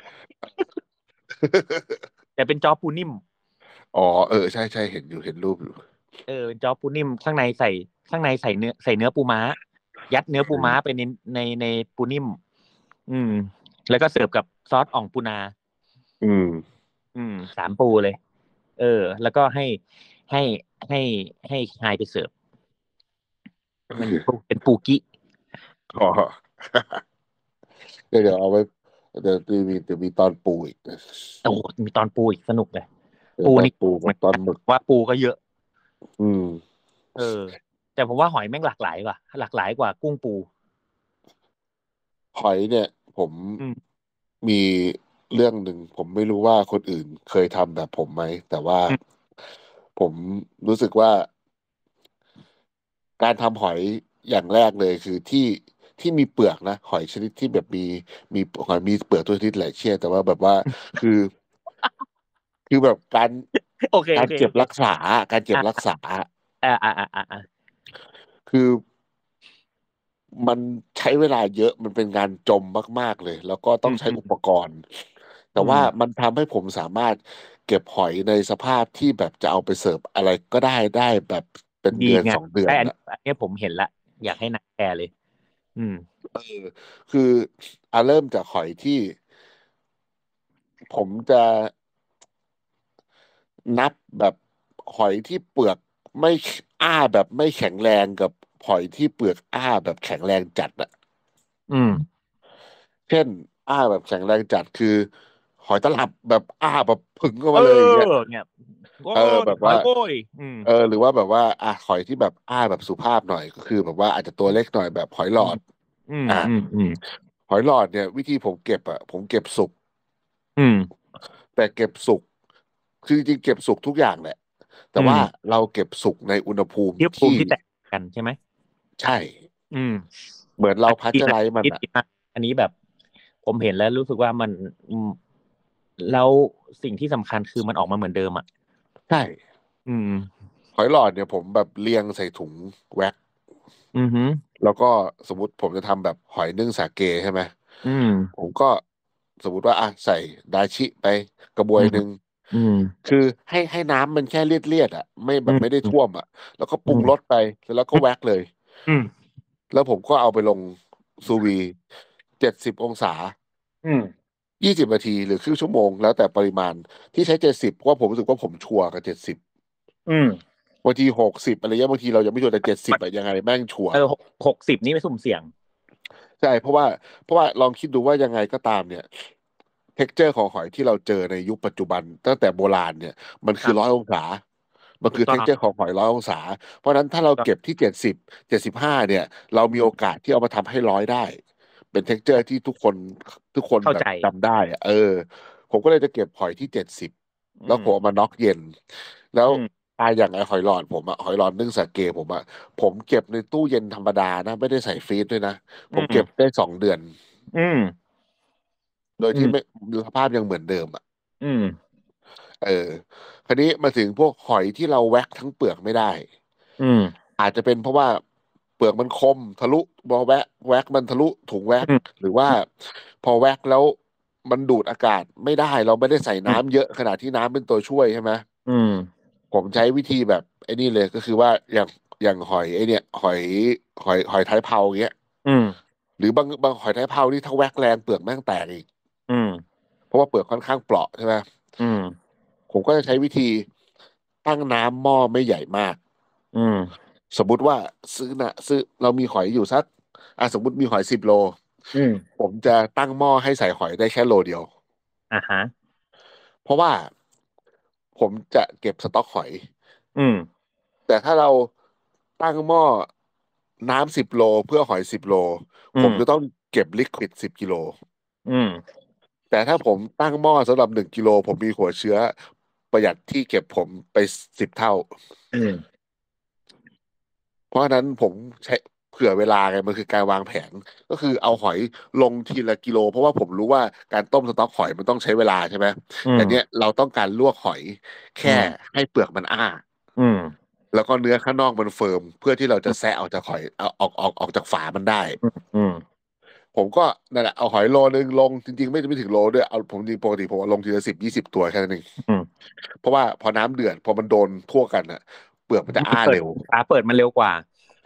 Speaker 3: แต่เป็นจ้อปูนิ่ม
Speaker 2: อ๋อเออใช่ใช่เห็นอยู่เห็นรูปอยู่
Speaker 3: เออเป็นจ้อปูนิ่มข้างในใส่ข้างในใส่เนื้อใส่เนื้อปูม้ายัดเนื้อปูม้าไปในในในปูนิ่ม อืม แล้วก็เสิร์ฟกับซอสอ่องปูนา
Speaker 2: อืม
Speaker 3: อืมสามปูเลย เออ แล้วก็ให้ให้ให้ให้ไฮไปเสิร์ฟมันเป็นปูกิ
Speaker 2: อ๋อ เดี๋ยวเดี๋ยวเอาไว้เดี๋ยวมีเดี๋ยวมีตอนปูอีก
Speaker 3: โอ้มีตอนปูอีกสนุกเลย
Speaker 2: เดี๋ยว
Speaker 3: ปู
Speaker 2: ตอน
Speaker 3: นี่
Speaker 2: ปูกับตอนหมึก
Speaker 3: ว่าปูก็เยอะ
Speaker 2: อืม
Speaker 3: เออ แต่ผมว่าหอยแม่งหลากหลายกว่าหลากหลายกว่ากุ้งปู
Speaker 2: หอยเนี่ย ผม
Speaker 3: อืม
Speaker 2: มีเรื่องหนึ่งผมไม่รู้ว่าคนอื่นเคยทำแบบผมไหม แต่ว่า
Speaker 3: อืม
Speaker 2: ผมรู้สึกว่า การทำหอยอย่างแรกเลยคือที่ที่มีเปลือกนะหอยชนิดที่แบบมีมีหอยมีเปลือกตัวชนิดแหละเชี่ยแต่ว่าแบบว่าคือ คือแบบการ
Speaker 3: โอเค
Speaker 2: กา
Speaker 3: โอ
Speaker 2: ร
Speaker 3: เค
Speaker 2: เก็บ
Speaker 3: โอเค
Speaker 2: รักษา การเก็บ
Speaker 3: อ่า
Speaker 2: รักษา
Speaker 3: อ่าอ่าอ่าอ่าอ่า
Speaker 2: คือ มันใช้เวลาเยอะมันเป็นงานจมมาก ๆ เลย แล้วก็ต้องใช้อุปกรณ์ แต่ว่ามันทำให้ผมสามารถเก็บหอยในสภาพที่แบบจะเอาไปเสิร์ฟอะไรก็ได้ได้แบบเป็น
Speaker 3: ดี
Speaker 2: เดือน
Speaker 3: ไง
Speaker 2: สอง เดือ
Speaker 3: ไอ้
Speaker 2: น
Speaker 3: อัน
Speaker 2: น่ะ
Speaker 3: อันเนี้ยผมเห็นละ อยากให้นักแชร์เลย อืม
Speaker 2: เออ คืออ่ะเริ่มจากหอยที่ ผมจะนับแบบหอยที่เปลือกไม่อ้าแบบไม่แข็งแรงกับหอยที่เปลือกอ้าแบบแข็งแรงจัดอะ
Speaker 3: อืม
Speaker 2: เช่น อ้าแบบแข็งแรงจัดคือ หอยตลับแบบอ้าแบบผึ่งออก
Speaker 3: เอ
Speaker 2: มาเลยอย่างเงี้ย
Speaker 3: อเนี่ยโอ้
Speaker 2: เออย แบบ
Speaker 3: หอ
Speaker 2: ว่า
Speaker 3: ยโว้ยอืม
Speaker 2: เออ หรือว่าแบบว่าอ่ะหอยที่แบบอ้าแบบสุภาพหน่อยก็คือแบบว่าอาจจะตัวเล็กหน่อยแบบหอยหลอด
Speaker 3: อืม
Speaker 2: อ่ะ
Speaker 3: อืม อืม
Speaker 2: หอยหลอดเนี่ย วิธีผมเก็บอ่ะผมเก็บสุก
Speaker 3: อืม
Speaker 2: แต่เก็บสุก คือจริงๆเก็บสุกทุกอย่างแหละ แต่ว่า
Speaker 3: อืม
Speaker 2: เราเก็บสุกในอุณหภูมิ
Speaker 3: เทียบภู
Speaker 2: ที่
Speaker 3: มิที่แตกกันใช่ไหม
Speaker 2: ใช่
Speaker 3: อืม
Speaker 2: เหมือนเรา
Speaker 3: อัน
Speaker 2: พัช
Speaker 3: นี้
Speaker 2: เจอร์
Speaker 3: นะ
Speaker 2: ไลซ์มัน
Speaker 3: นี่
Speaker 2: อ่ะ
Speaker 3: ดีมากอันนี้แบบ ผมเห็นแล้วรู้สึกว่ามันอืมแล้วสิ่งที่สำคัญคือมันออกมาเหมือนเดิมอ่ะ
Speaker 2: ใช่
Speaker 3: อืม
Speaker 2: หอยหลอดเนี่ยผมแบบเรียงใส่ถุงแว็ก
Speaker 3: อือฮึ
Speaker 2: แล้วก็สมมติผมจะทำแบบหอยนึ่งสาเกใช่ไหม
Speaker 3: อืม
Speaker 2: ผมก็สมมติว่าอ่ะใส่ดาชิไปกระบวยหนึ่ง
Speaker 3: อืม
Speaker 2: คือให้ให้น้ำมันแค่เลียดเลียดอ่ะ ไม่แบ
Speaker 3: อื
Speaker 2: บ
Speaker 3: ม
Speaker 2: ไม่ได้ท่วมอ่ะ แล้วก็ปรุง
Speaker 3: อืม
Speaker 2: รสไปแล้วก็แว็กเลย
Speaker 3: อืม
Speaker 2: แล้วผมก็เอาไปลงซูวีเจ็ดสิบองศา
Speaker 3: อืม
Speaker 2: ยี่สิบนาทีหรือครึ่งชั่วโมงแล้วแต่ปริมาณที่ใช้เจ็ดสิบเพราะว่าผมรู้สึกว่าผมชัวร์กับเจ็ดสิบ
Speaker 3: อืม
Speaker 2: บางทีหกสิบอะไรเงี้ยบางทีเรายังไม่ชัวร์แต่เจ็ดสิบอะยังไงแม่งชัวร์
Speaker 3: เออหกหกสิบนี่ไม่สุ่มเสี่ยง
Speaker 2: ใช่เพราะว่าเพราะว่าลองคิดดูว่ายังไงก็ตามเนี่ยเท็กเจอร์ของหอยที่เราเจอในยุคปัจจุบันตั้งแต่โบราณเนี่ยมัน
Speaker 3: ค
Speaker 2: คื
Speaker 3: รั
Speaker 2: อบ ร้อยองศา มันคือ
Speaker 3: ถูกต้อ
Speaker 2: เท็
Speaker 3: ง
Speaker 2: กเจอร์ของหอยร้อยองศา เพราะฉะนั้นถ้าเรา
Speaker 3: ถูกต้อง
Speaker 2: เก็บที่เจ็ดสิบเจ็ดสิบห้าเนี่ย เรามีโอกาสที่เอามาทำให้ร้อยได้ เป็นเท็กเจอร์ที่ทุกคนทุกคน
Speaker 3: เข้า
Speaker 2: แบบ
Speaker 3: ใจ
Speaker 2: จำได้อะเออ ผมก็เลยจะเก็บหอยที่เจ็ดสิบ
Speaker 3: อื
Speaker 2: แล้ว
Speaker 3: ม
Speaker 2: ผมเอามาน็อกเย็น แล้ว
Speaker 3: อืม
Speaker 2: อ่าอย่างไอหอยหลอดผมอะหอยหลอดนึ่งสาเกผมอะผมเก็บในตู้เย็นธรรมดานะ ไม่ได้ใส่ฟรีซด้วยนะ
Speaker 3: อื
Speaker 2: ผม
Speaker 3: ม
Speaker 2: เก็บได้สองเดือน
Speaker 3: อืม
Speaker 2: โดย
Speaker 3: อื
Speaker 2: ที่
Speaker 3: ม
Speaker 2: ไม่สภาพยังเหมือนเดิมอ่ะ
Speaker 3: อืม
Speaker 2: เออ คราวนี้มาถึงพวกหอยที่เราแว็กทั้งเปลือกไม่ได้
Speaker 3: อืม
Speaker 2: อาจจะเป็นเพราะว่าเปลือกมันคมทะลุพอแวะแว็กมันทะลุถุงแว็ก
Speaker 3: อืม
Speaker 2: หรือว่าพอแว็กแล้วมันดูดอากาศไม่ได้ เราไม่ได้ใส่
Speaker 3: อืม
Speaker 2: น้ำเยอะขนาดที่น้ำเป็นตัวช่วยใช่ไหม
Speaker 3: อืม
Speaker 2: ผมใช้วิธีแบบไอ้นี่เลยก็คือว่าอย่างอย่างหอยไอ้เนี่ยหอยหอยหอยท้ายเผาอย่างเงี้ย
Speaker 3: อืม
Speaker 2: หรือบางบางหอยท้ายเผานี่ถ้าแว็กแรงเปลือกแม่งแตกอีก
Speaker 3: อืม
Speaker 2: เพราะว่าเปลือกค่อนข้างเปราะใช่ไหม
Speaker 3: อืม
Speaker 2: ผมก็จะใช้วิธีตั้งน้ำหม้อไม่ใหญ่มาก
Speaker 3: อืม
Speaker 2: สมมุติว่าซื้อนะซื้อเรามีหอยอยู่สักอ่ะสมมุติมีหอยสิบโล
Speaker 3: อืม
Speaker 2: ผมจะตั้งหม้อให้ใส่หอยได้แค่โลเดียว
Speaker 3: อ่าฮะ
Speaker 2: เพราะว่าผมจะเก็บสต็อกหอย
Speaker 3: อืม
Speaker 2: แต่ถ้าเราตั้งหม้อน้ำสิบโลเพื่อหอยสิบโล
Speaker 3: อื
Speaker 2: ผม
Speaker 3: ม
Speaker 2: จะต้องเก็บลิควิดสิบกิโล
Speaker 3: อืม
Speaker 2: แต่ถ้าผมตั้งหม้อสำหรับหนึ่งกิโลผมมีหัวเชื้อประหยัดที่เก็บผมไปสิบเท่า
Speaker 3: อืม
Speaker 2: เพราะฉะนั้นผมใช้เผื่อเวลาไงมันคือการวางแผน ก็คือเอาหอยลงทีละกิโล เพราะว่าผมรู้ว่าการต้มสต๊อกหอยมันต้องใช้เวลาใช่ไหม
Speaker 3: อื
Speaker 2: แต่
Speaker 3: ม
Speaker 2: เนี้ยเราต้องการลวกหอยแค่
Speaker 3: อืม
Speaker 2: ให้เปลือกมันอ้า
Speaker 3: อืม
Speaker 2: แล้วก็เนื้อข้างนอกมันเฟิร์ม เพื่อที่เราจะแซะออกจากหอยเอาออกออกออกจากฝามันได้
Speaker 3: อืม
Speaker 2: ผมก็นั่นแหละเอาหอยโลนึงลงจริงๆไม่ไม่ถึงโลด้วยเอาผมจริงปกติผมเอาลงทีละสิบยี่สิบตัวแค่นั้นเอง
Speaker 3: อืม
Speaker 2: เพราะว่าพอน้ำเดือดพอมันโดนทั่วกันอ่ะ เปลือกมันจะอ้า
Speaker 3: เปิด
Speaker 2: เร็ว
Speaker 3: ฝาเปิดมันเร็วกว่า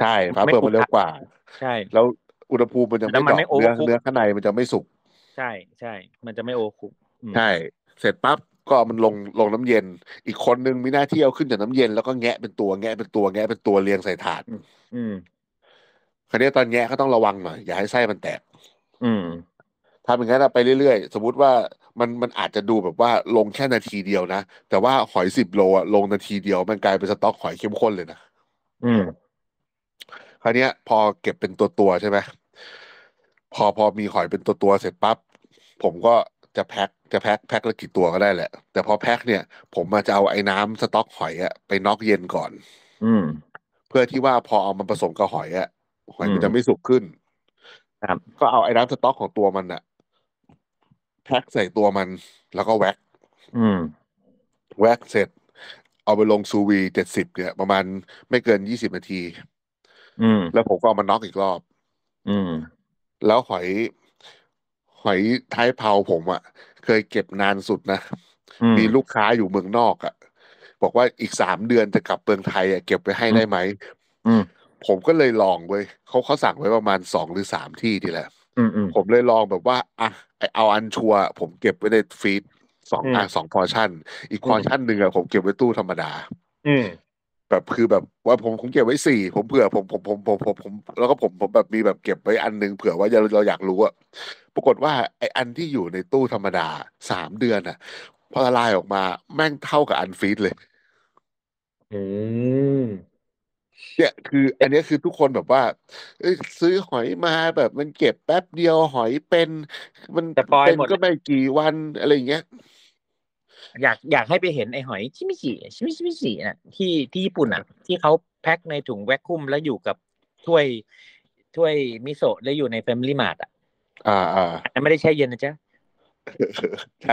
Speaker 2: ใช่ฝา
Speaker 3: ไม่
Speaker 2: เปิด
Speaker 3: ถูกทาง
Speaker 2: มันเร็วกว่า
Speaker 3: ใช่
Speaker 2: แล้วอุณหภูมิมันยังไม่
Speaker 3: แล้วมันไม่โอ
Speaker 2: ดรอปเนื้อ
Speaker 3: เวอร์คุก
Speaker 2: เนื้อข้างในมันจะไม่สุก
Speaker 3: ใช่ใช่มันจะไม่โอเวอร์คุกอืม
Speaker 2: ใช่เสร็จปั๊บก็เอามันลงลงน้ำเย็นอีกคนนึงมีหน้าที่เอาขึ้นจากน้ำเย็นแล้วก็แงะเป็นตัวแงะเป็นตัวแงะเป็นตัวเรียงใส่ถาด
Speaker 3: อืมอืม
Speaker 2: คราวนี้ตอนแงะก็ต้องระวังหน่อยอย่าให้ไส้มันแตก
Speaker 3: อืม
Speaker 2: ทำอย่างนั้นอะไปเรื่อยๆสมมุติว่ามันมันอาจจะดูแบบว่าลงแค่นาทีเดียวนะแต่ว่าหอยสิบโลอะลงนาทีเดียวมันกลายเป็นสต๊อกหอยเข้มข้นเลยนะ
Speaker 3: อืม
Speaker 2: คราวเนี้ยพอเก็บเป็นตัวตัวใช่ไหมพอพอมีหอยเป็นตัวตัวเสร็จปั๊บผมก็จะแพ็คจะแพ็คแพ็คละกี่ตัวก็ได้แหละแต่พอแพ็คเนี่ยผมมาจะเอาไอ้น้ำสต๊อกหอยอะไปน็อกเย็นก่อน
Speaker 3: อืม
Speaker 2: เพื่อที่ว่าพอเอามาผสมกับหอยอะหอ
Speaker 3: อื
Speaker 2: ยมันจะไม่
Speaker 3: ม
Speaker 2: สุกขึ้น
Speaker 3: ครับ
Speaker 2: ก็เอาไอ้น้ำสต๊อกของตัวมันอะแพ็คใส่ตัวมันแล้วก็แว็ก
Speaker 3: อืม
Speaker 2: แว็กเสร็จเอาไปลงซูวีเจ็ดสิบเนี่ยประมาณไม่เกินยี่สิบนาที
Speaker 3: อืม
Speaker 2: แล้วผมก็เอามาน็อกอีกรอบ
Speaker 3: อืม
Speaker 2: แล้วหอยหอยท้ายเผาผมอ่ะเคยเก็บนานสุดนะ
Speaker 3: อืม
Speaker 2: มีลูกค้าอยู่เมืองนอกอ่ะบอกว่าอีกสามเดือนจะกลับเมืองไทยอ่ะเก็บไว้ให้
Speaker 3: อืม
Speaker 2: ได้ไหม
Speaker 3: อืม
Speaker 2: ผมก็เลยลองเว้ยเขาเขาสั่งไว้ประมาณสองหรือสามที่ทีแหละ
Speaker 3: อืมอืม
Speaker 2: ผมเลยลองแบบว่าอ่ะไอเอาอันชัวร์ผมเก็บไว้ในฟรีซสอง
Speaker 3: อืม
Speaker 2: อ่ะสองพอร์ชั่นอีกพ
Speaker 3: อืม
Speaker 2: อร์ชั่นหนึ่งอ่ะผมเก็บไว้ตู้ธรรมดา
Speaker 3: อืม
Speaker 2: แบบคือแบบว่าผมผมเก็บไว้สี่ผมเผื่อผมผมผมผมผมผมแล้วก็ผมผมแบบมีแบบเก็บไว้อันนึงเผื่อว่าเราเราอยากรู้อะปรากฏว่าไออันที่อยู่ในตู้ธรรมดาสามเดือนอะพอละลายออกมาแม่งเท่ากับอันฟรีซเลย
Speaker 3: อืม
Speaker 2: เนี่ยคืออันเนี้ยคือทุกคนแบบว่าเอ้ยซื้อหอยมาแบบมันเก็บแป๊บเดียวหอยเป็นมัน
Speaker 3: แต่ปอย
Speaker 2: เป็น
Speaker 3: หมดเลย
Speaker 2: ก็ไม่กี่วันอะไรอย่างเงี้ย
Speaker 3: อยากอยากให้ไปเห็นไอ้หอยชิมิจิชิมิชิมิจิน่ะที่ที่ญี่ปุ่นอ่ะที่เขาแพ็คในถุงแวคคุมแล้วอยู่กับถ้วยถ้วยมิโซะแล้วอยู่ในแฟมิลี่มาร์ทอ่ะ
Speaker 2: อ่าอ่า
Speaker 3: อันนั้นไม่ได้แช่เย็นนะจ๊ะ
Speaker 2: ใช่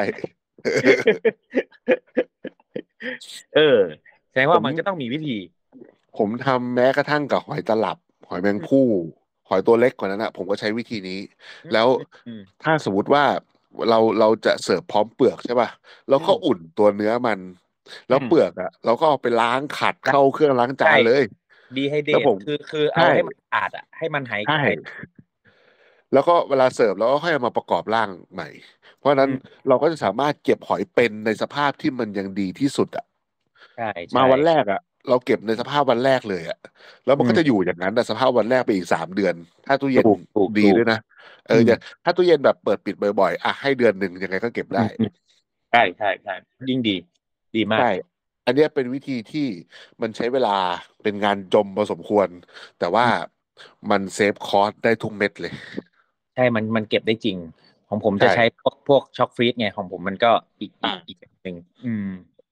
Speaker 3: เออแสดง
Speaker 2: ผ
Speaker 3: ว่า
Speaker 2: ม
Speaker 3: มันก็ต้องมีวิธี
Speaker 2: ผมทำแม้กระทั่งกับหอยตลับหอยแมงภู่หอยตัวเล็กกว่านั้นนะผมก็ใช้วิธีนี้
Speaker 3: อืม
Speaker 2: แล้ว
Speaker 3: อืมอืม
Speaker 2: ถ้าสมมติว่าเราเราจะเสิร์ฟพร้อมเปลือกใช่ป่ะเรา
Speaker 3: อืม
Speaker 2: ก็อุ่นตัวเนื้อมันแล้
Speaker 3: อืม
Speaker 2: วเปลือกอ่ะเราก็เอาไปล้างขัด
Speaker 3: ได้
Speaker 2: เข้าเครื่องล้างจา
Speaker 3: ใช่
Speaker 2: นเลย
Speaker 3: ดีไฮเด
Speaker 2: แล้วผม
Speaker 3: ทคือคือเอา
Speaker 2: ใช่
Speaker 3: ให้มันสะอาดอ่ะให้มันหาย
Speaker 2: ใช่
Speaker 3: หาย
Speaker 2: แล้วก็เวลาเสิร์ฟเราก็ค่อยเอามาประกอบร่างใหม่เพราะฉะนั้น
Speaker 3: อืม
Speaker 2: เราก็จะสามารถเก็บหอยเป็นในสภาพที่มันยังดีที่สุดอ่ะ
Speaker 3: ใช่
Speaker 2: มา
Speaker 3: ใช่
Speaker 2: วันแรกอ่ะเราเก็บในสภาพวันแรกเลยอ่ะแล้วมันก็จะอยู่
Speaker 3: อืม
Speaker 2: อย่างนั้นแต่สภาพวันแรกไปอีกสามเดือนถ้าตู้เย็น
Speaker 3: ถูกถูกถูก
Speaker 2: ดีด้วยนะเออ
Speaker 3: อืม
Speaker 2: จะถ้าตู้เย็นแบบเปิดปิดบ่อยๆอ่ะให้เดือนหนึ่งยังไงก็เก็บได้
Speaker 3: อืมอืมใช่ใช่ใช่ยิ่งดีดีมา
Speaker 2: ใช่
Speaker 3: ก
Speaker 2: อันเนี้ยเป็นวิธีที่มันใช้เวลาเป็นงานจมพอสมควรแต่ว่า
Speaker 3: อืม
Speaker 2: มันเซฟคอสได้ทุกเม็ดเลย
Speaker 3: ใช่มันมันเก็บได้จริงของผมจะ
Speaker 2: ใช่
Speaker 3: ใช้พวกพวกช็อกฟรีซไงของผมมันก็อีกอีกอีก
Speaker 2: อ่ะ
Speaker 3: แบบหนึ่งอืม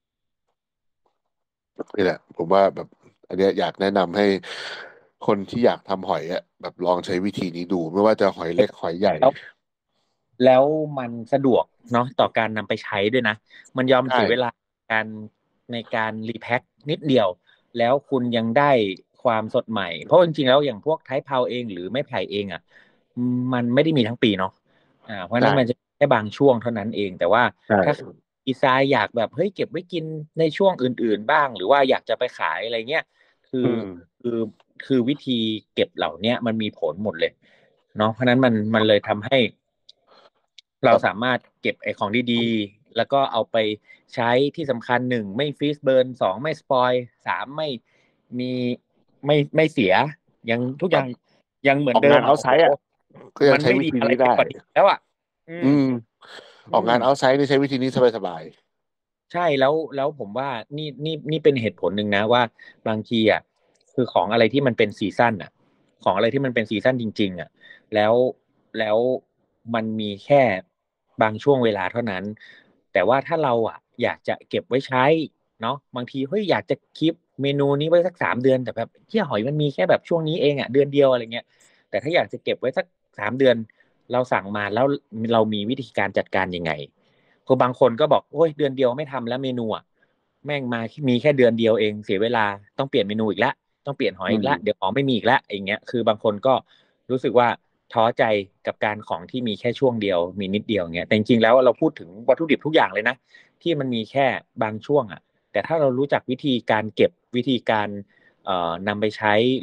Speaker 2: นี่แหละผมว่าแบบอันเนี้ยอยากแนะนำให้คนที่อยากทำหอยอ่ะแบบลองใช้วิธีนี้ดูไม่ว่าจะหอยเล็กหอยใหญ่
Speaker 3: แล้ว แล้วมันสะดวกเนาะต่อการนำไปใช้ด้วยนะมันยอม
Speaker 2: ใช่
Speaker 3: เสียเวลาการในการรีแพ็คนิดเดียวแล้วคุณยังได้ความสดใหม่เพราะจริงๆแล้วอย่างพวกไทป์เพาเองหรือไม้ไผ่เองอ่ะมันไม่ได้มีทั้งปีเนาะอ่าเพราะฉะนั้นมันจะ
Speaker 2: ใช่
Speaker 3: แค่บางช่วงเท่านั้นเองแต่ว่า
Speaker 2: ใช่
Speaker 3: ถ้าดีไซน์อยากแบบเฮ้ยเก็บไว้กินในช่วงอื่นๆบ้างหรือว่าอยากจะไปขายอะไรเงี้ยคือ
Speaker 2: อืม
Speaker 3: คือคือวิธีเก็บเหล่าเนี้ยมันมีผลหมดเลยเนาะเพราะฉะนั้นมันมันเลยทำให้ เรา
Speaker 2: แบบ
Speaker 3: สามารถเก็บไอ้ของดีๆ แล้วก็เอาไปใช้ที่สำคัญหนึ่งไม่ฟรีซเบิร์นสองไม่สปอยสามไม่มีไม่ไม่เสียยังทุก
Speaker 2: แบบ
Speaker 3: อย่างยังเหมื
Speaker 2: ออกงาน
Speaker 3: อนเดิมอ่ะโอ้โห
Speaker 2: เอาไซต์อ่ะ ก็ยังใช้
Speaker 3: มันไม่ดี
Speaker 2: วิธีนี้ได้
Speaker 3: อะไรไปกว่านี้แล้วอ่ะอืม
Speaker 2: อืม
Speaker 3: อืม
Speaker 2: ออกงานเอาไซต์นี่ใช้วิธีนี้สบาย
Speaker 3: ใช่แล้วแล้วผมว่านี่นี่นี่เป็นเหตุผลหนึ่งนะว่าบางทีอ่ะคือของอะไรที่มันเป็นซีซั่นอ่ะของอะไรที่มันเป็นซีซั่นจริงๆอ่ะแล้วแล้วมันมีแค่บางช่วงเวลาเท่านั้นแต่ว่าถ้าเราอ่ะอยากจะเก็บไว้ใช้เนาะบางทีเฮ้ยอยากจะคีปเมนูนี้ไว้สักสามเดือนแต่แบบเที่ยหอยมันมีแค่แบบช่วงนี้เองอ่ะเดือนเดียวอะไรเงี้ยแต่ถ้าอยากจะเก็บไว้สักสามเดือนเราสั่งมาแล้วเรามีวิธีการจัดการยังไง คือบางคนก็บอกโอ้ยเดือนเดียวไม่ทำแล้วเมนูอ่ะแม่งมามีแค่เดือนเดียวเองเสียเวลาต้องเปลี่ยนเมนูอีกแล้วต้องเปลี่ยนหอ
Speaker 2: ๆอืม
Speaker 3: ยอีกแล้วเดี๋ยวของไม่มีอีกแล้วอย่างเงี้ยคือบางคนก็รู้สึกว่าท้อใจกับการของที่มีแค่ช่วงเดียวมีนิดเดียวเงี้ยแต่จริงๆแล้วเราพูดถึงวัตถุดิบทุกอย่างเลยนะที่มันมีแค่บางช่วงอ่ะแต่ถ้าเรารู้จักวิธีการเก็บวิธีการเอ่อนำไปใช้หรือ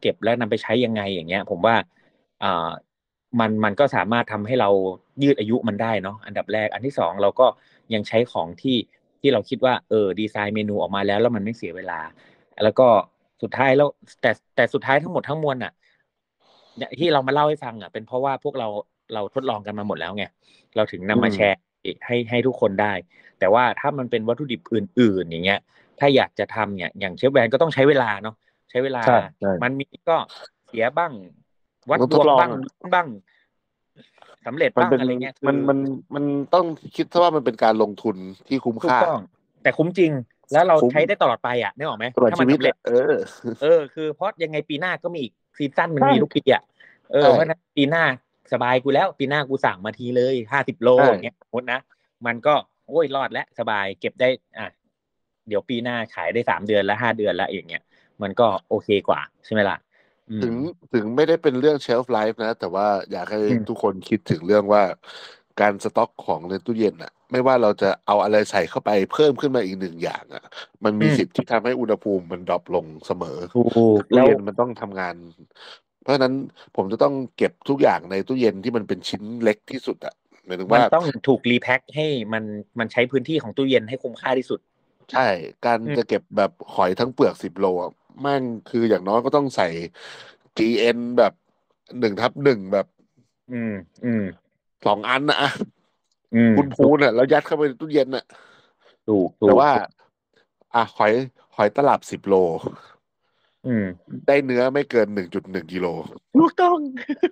Speaker 3: เก็บแล้วนำไปใช้ยังไงอย่างเงี้ยผมว่าอ่ามันมันก็สามารถทำให้เรายืดอายุมันได้เนาะอันดับแรกอันที่สองเราก็ยังใช้ของที่ที่เราคิดว่าเออดีไซน์เมนูออกมาแล้วแล้วมันไม่เสียเวลาแล้วก็สุดท้ายแล้วแต่แต่สุดท้ายทั้งหมดทั้งมวลน่ะที่เรามาเล่าให้ฟังอ่ะเป็นเพราะว่าพวกเราเราทดลองกันมาหมดแล้วไงเราถึงนำมาแชร์ให้ให้ทุกคนได้แต่ว่าถ้ามันเป็นวัตถุดิบอื่นๆอย่างเงี้ยถ้าอยากจะทำเนี่ยอย่างเชฟแวนก็ต้องใช้เวลาเนาะใช้เวลามันมีก็เสียบ้างวัดดวงบ้างบ้างสำเร็จบ้างอะไรเงี้ย
Speaker 2: มันมันมันต้องคิดซะว่ามันเป็นการลงทุนที่คุ้มค่า
Speaker 3: ถูกต้องแต่คุ้มจริงแล้วเราใช้ได้ตลอดไปอ่ะนึกออกไหมถ้ามันสำเร็จเออเออคือเพราะยังไงปีหน้าก็มีอีกซีซั่นมันมีทุกปีอ่ะเออเพราะนั้นปีหน้าสบายกูแล้วปีหน้ากูสั่งมาทีเลยห้าสิบโลอย่างเงี้ยสมมตินะมันก็โอ้ยรอดแล้วสบายเก็บได้อ่ะเดี๋ยวปีหน้าขายได้สามเดือนแล้วห้าเดือนแล้วอย่างเงี้ยมันก็โอเคกว่าใช่ไหมล่ะ
Speaker 2: ถึงถึงไม่ได้เป็นเรื่องเชลฟ์ไลฟ์นะแต่ว่าอยากให้ทุกคนคิดถึงเรื่องว่าการสต็อกของในตู้เย็นอ่ะไม่ว่าเราจะเอาอะไรใส่เข้าไปเพิ่มขึ้นมาอีกหนึ่งอย่างอ่ะมันมีสิทธิ์ที่ทำให้อุณหภูมิมันดรอปลงเสมอตู้เย็นมันต้องทำงานเพราะฉะนั้นผมจะต้องเก็บทุกอย่างในตู้เย็นที่มันเป็นชิ้นเล็กที่สุดอ่ะหมายถึงว่า
Speaker 3: มันต้องถูกรีแพ็คให้มันมันใช้พื้นที่ของตู้เย็นให้คุ้มค่าที่สุด
Speaker 2: ใช่การจะเก็บแบบหอยทั้งเปลือกสิบโลอ่ะแม่งคืออย่างน้อยก็ต้องใส่ จี เอ็น แบบหนึ่งทับหนึ่งแบบ
Speaker 3: อืมอืม
Speaker 2: สองอันนะ
Speaker 3: อืม
Speaker 2: พูนพูนอ่ะแล้วยัดเข้าไปในตู้เย็นอ่ะ
Speaker 3: ถูกถู
Speaker 2: แต่
Speaker 3: ก
Speaker 2: ว่าอ่ะหอยหอยตลับสิบโล
Speaker 3: อืม
Speaker 2: ได้เนื้อไม่เกินหนึ่งจุดหนึ่งกิโล
Speaker 3: ถูกต้อง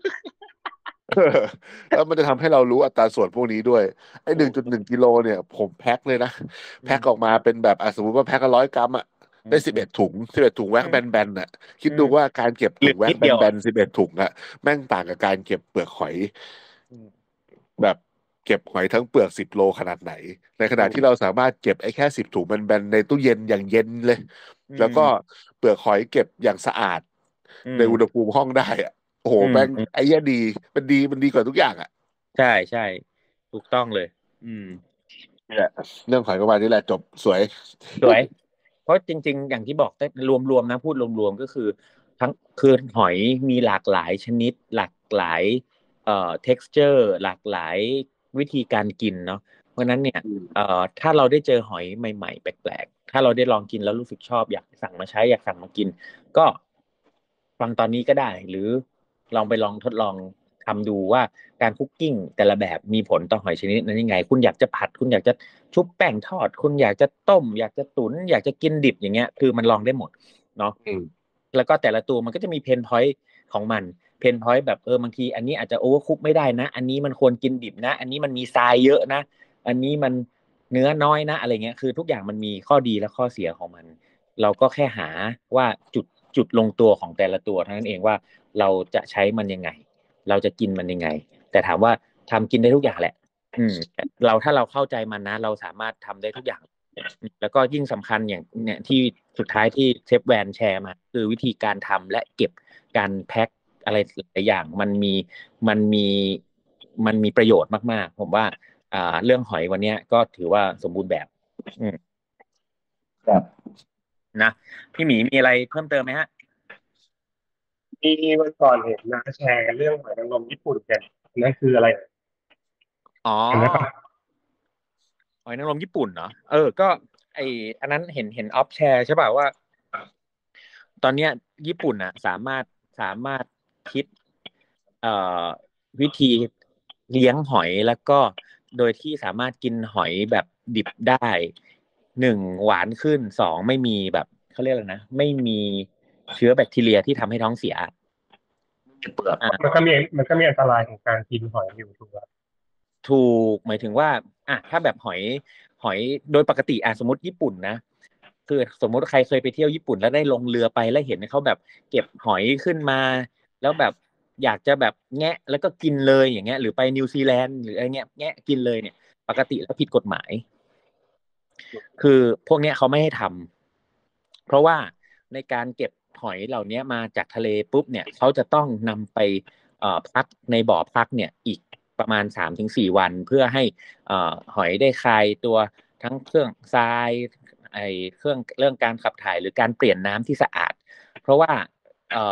Speaker 2: แล้วมันจะทำให้เรารู้อัตราส่วนพวกนี้ด้วยไอ้หนึ่งจุดหนึ่งกิโลเนี่ยผมแพ็คเลยนะแพ็คออกมาเป็นแบบอ่ะสมมติว่าแพ็คละร้อยกรัมอ่ะได้สิบเอ็ดถุงสิบเอ็ดถุงแว็กแบนๆน่ะคิดดูว่าการเก็บถุงแว็กแบนๆสิบเอ็ดถุงอ่ะแม่งต่างกับการเก็บเปลือกหอยแบบเก็บหอยทั้งเปลือกสิบโลขนาดไหนในขณะที่เราสามารถเก็บไอ้แค่สิบถุงแบนๆในตู้เย็นอย่างเย็นเลยแล้วก็เปลือกหอยเก็บอย่างสะอาดในอุณหภูมิห้องได้อ่ะโอ้โหแม่งไอ้เหี้ยดีมันดีมันดีกว่าทุกอย่างอ่ะ
Speaker 3: ใช่ใช่ถูกต้องเลยอืม
Speaker 2: นี่แหละเรื่องหอยประมาณนี้แหละจบสวย
Speaker 3: สวยเพราะจริงๆอย่างที่บอกแต่รวมๆนะพูดรวมๆก็คือทั้งคือหอยมีหลากหลายชนิดหลากหลายเอ่อ texture หลากหลายวิธีการกินเนาะเพราะนั้นเนี่ยเอ่อถ้าเราได้เจอหอยใหม่ๆแปลกๆถ้าเราได้ลองกินแล้วรู้สึกชอบอยากสั่งมาใช้อยากสั่งมากินก็ฟังตอนนี้ก็ได้หรือลองไปลองทดลองทำดูว่าการคุกกิ้งแต่ละแบบมีผลต่อหอยชนิดนั้นยังไงคุณอยากจะผัดคุณอยากจะชุบแป้งทอดคุณอยากจะต้มอยากจะตุ๋นอยากจะกินดิบอย่างเงี้ยคือมันลองได้หมดเนาะแล้วก็แต่ละตัวมันก็จะมีเพนพอยต์ของมันเพนพอยต์แบบเออบางทีอันนี้อาจจะโอเวอร์คุกไม่ได้นะอันนี้มันควรกินดิบนะอันนี้มันมีทรายเยอะนะอันนี้มันเนื้อน้อยนะอะไรเงี้ยคือทุกอย่างมันมีข้อดีและข้อเสียของมันเราก็แค่หาว่าจุดจุดลงตัวของแต่ละตัวเท่านั้นเองว่าเราจะใช้มันยังไงเราจะกินมันยังไงแต่ถามว่าทำกินได้ทุกอย่างแหละอืมเราถ้าเราเข้าใจมันนะเราสามารถทำได้ทุกอย่างแล้วก็ยิ่งสำคัญอย่างเนี่ยที่สุดท้ายที่เชฟแวนแชร์มาคือวิธีการทำและเก็บการแพ็คอะไรหลายอย่างมันมีมันมีมันมีประโยชน์มากๆผมว่าอ่าเรื่องหอยวันนี้ก็ถือว่าสมบูรณ์แบบอืม
Speaker 2: ครับ
Speaker 3: นะพี่หมีมีอะไรเพิ่มเติมไหมฮะ
Speaker 4: มีวันก่อนเห็นนะแชร์กันเรื่องหอยนางรมญี่ปุ่นกันนั่นคืออะไร
Speaker 3: อ๋อ
Speaker 4: เห็นไหมปะ
Speaker 3: หอยนางรมญี่ปุ่นเนาะเออก็ไออันนั้นเห็นเห็นออฟแชร์ใช่ป่ะว่าตอนเนี้ยญี่ปุ่นอ่ะสามารถสามารถคิดเอ่อวิธีเลี้ยงหอยแล้วก็โดยที่สามารถกินหอยแบบดิบได้หนึ่งหวานขึ้นสองไม่มีแบบเขาเรียกอะไรนะไม่มีเชื้อแบคทีเรียที่ทำให้ท้องเสีย
Speaker 2: เปลือก
Speaker 3: อ่า
Speaker 4: มันก็มีมันก็มีอันตรายของการกินหอยอยู่ถูกไหม
Speaker 3: ถูกหมายถึงว่าอ่ะถ้าแบบหอยหอยโดยปกติอ่ะสมมติญี่ปุ่นนะคือสมมติใครเคยไปเที่ยวญี่ปุ่นแล้วได้ลงเรือไปแล้วเห็นเขาแบบเก็บหอยขึ้นมาแล้วแบบอยากจะแบบแงะแล้วก็กินเลยอย่างเงี้ยหรือไปนิวซีแลนด์หรืออะไรเงี้ยแงะกินเลยเนี่ยปกติแล้วผิดกฎหมายคือพวกเนี้ยเขาไม่ให้ทำเพราะว่าในการเก็บหอยเหล่านี้มาจากทะเลปุ๊บเนี่ยเขาจะต้องนำไปเอ่อพักในบ่อพักเนี่ยอีกประมาณสามถึงสี่วันเพื่อให้เอ่อหอยได้คายตัวทั้งเครื่องทรายไอ้เครื่องเรื่องการขับถ่ายหรือการเปลี่ยนน้ำที่สะอาดเพราะว่าเอ่อ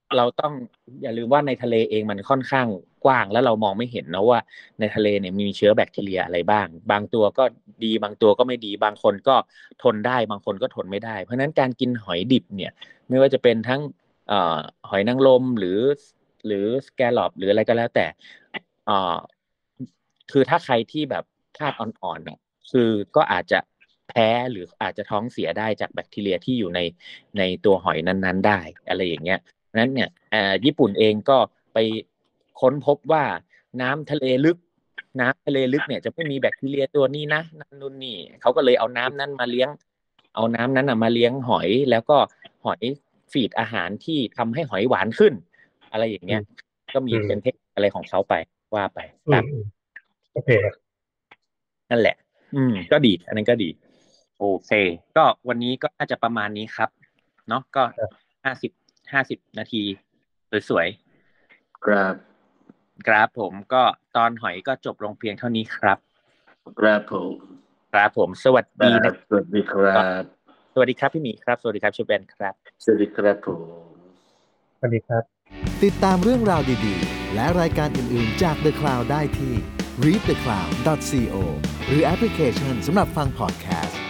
Speaker 3: เราต้องอย่าลืมว่าในทะเลเองมันค่อนข้างกว้างแล้วเรามองไม่เห็นนะว่าในทะเลเนี่ยมีเชื้อแบคทีเรียอะไรบ้างบางตัวก็ดีบางตัวก็ไม่ดีบางคนก็ทนได้บางคนก็ทนไม่ได้เพราะฉะนั้นการกินหอยดิบเนี่ยไม่ว่าจะเป็นทั้งเอ่อหอยนางรมหรือหรือสแกลลอปหรืออะไรก็แล้วแต่เอ่อคือถ้าใครที่แบบธาตุอ่อนๆเนี่ยคือก็อาจจะแพ้หรืออาจจะท้องเสียได้จากแบคทีเรียที่อยู่ในในตัวหอยนั้นๆได้อะไรอย่างเงี้ยนั้นเนี่ยญี่ปุ่นเองก็ไปค้นพบว่าน้ำทะเลลึกน้ำทะเลลึกเนี่ยจะไม่มีแบคทีเรียตัวนี้นะนั่นนู่นนี่เขาก็เลยเอาน้ำนั้นมาเลี้ยงเอาน้ำนั้นนะมาเลี้ยงหอยแล้วก็หอยฟีดอาหารที่ทำให้หอยหวานขึ้นอะไรอย่างเงี้ยก็มีเป็นเทคนิคอะไรของเขาไปว่าไปครับ
Speaker 4: โอเค
Speaker 3: นั่นแหละอืมก็ดีอันนั้นก็ดีโอเคก็วันนี้ก็น่าจะประมาณนี้ครับเนาะก็ห้าสิบห้าสิบนาทีสวย
Speaker 2: ๆครับ
Speaker 3: ครับผมก็ตอนหอยก็จบลงเพียงเท่านี้ครับ
Speaker 2: ครับผม
Speaker 3: ครับผมสวัสดีนะ
Speaker 2: สวัสดีครับ
Speaker 3: สวัสดีครับพี่หมีครับสวัสดีครับชูแบนครับ
Speaker 2: สวัสดีครับผม
Speaker 4: สวัสดีครับ
Speaker 1: ติดตามเรื่องราวดีๆและรายการอื่นๆจาก The Cloud ได้ที่ รีด เดอะ คลาวด์ ดอท ซี โอ หรือแอปพลิเคชันสำหรับฟังพอดแคสต์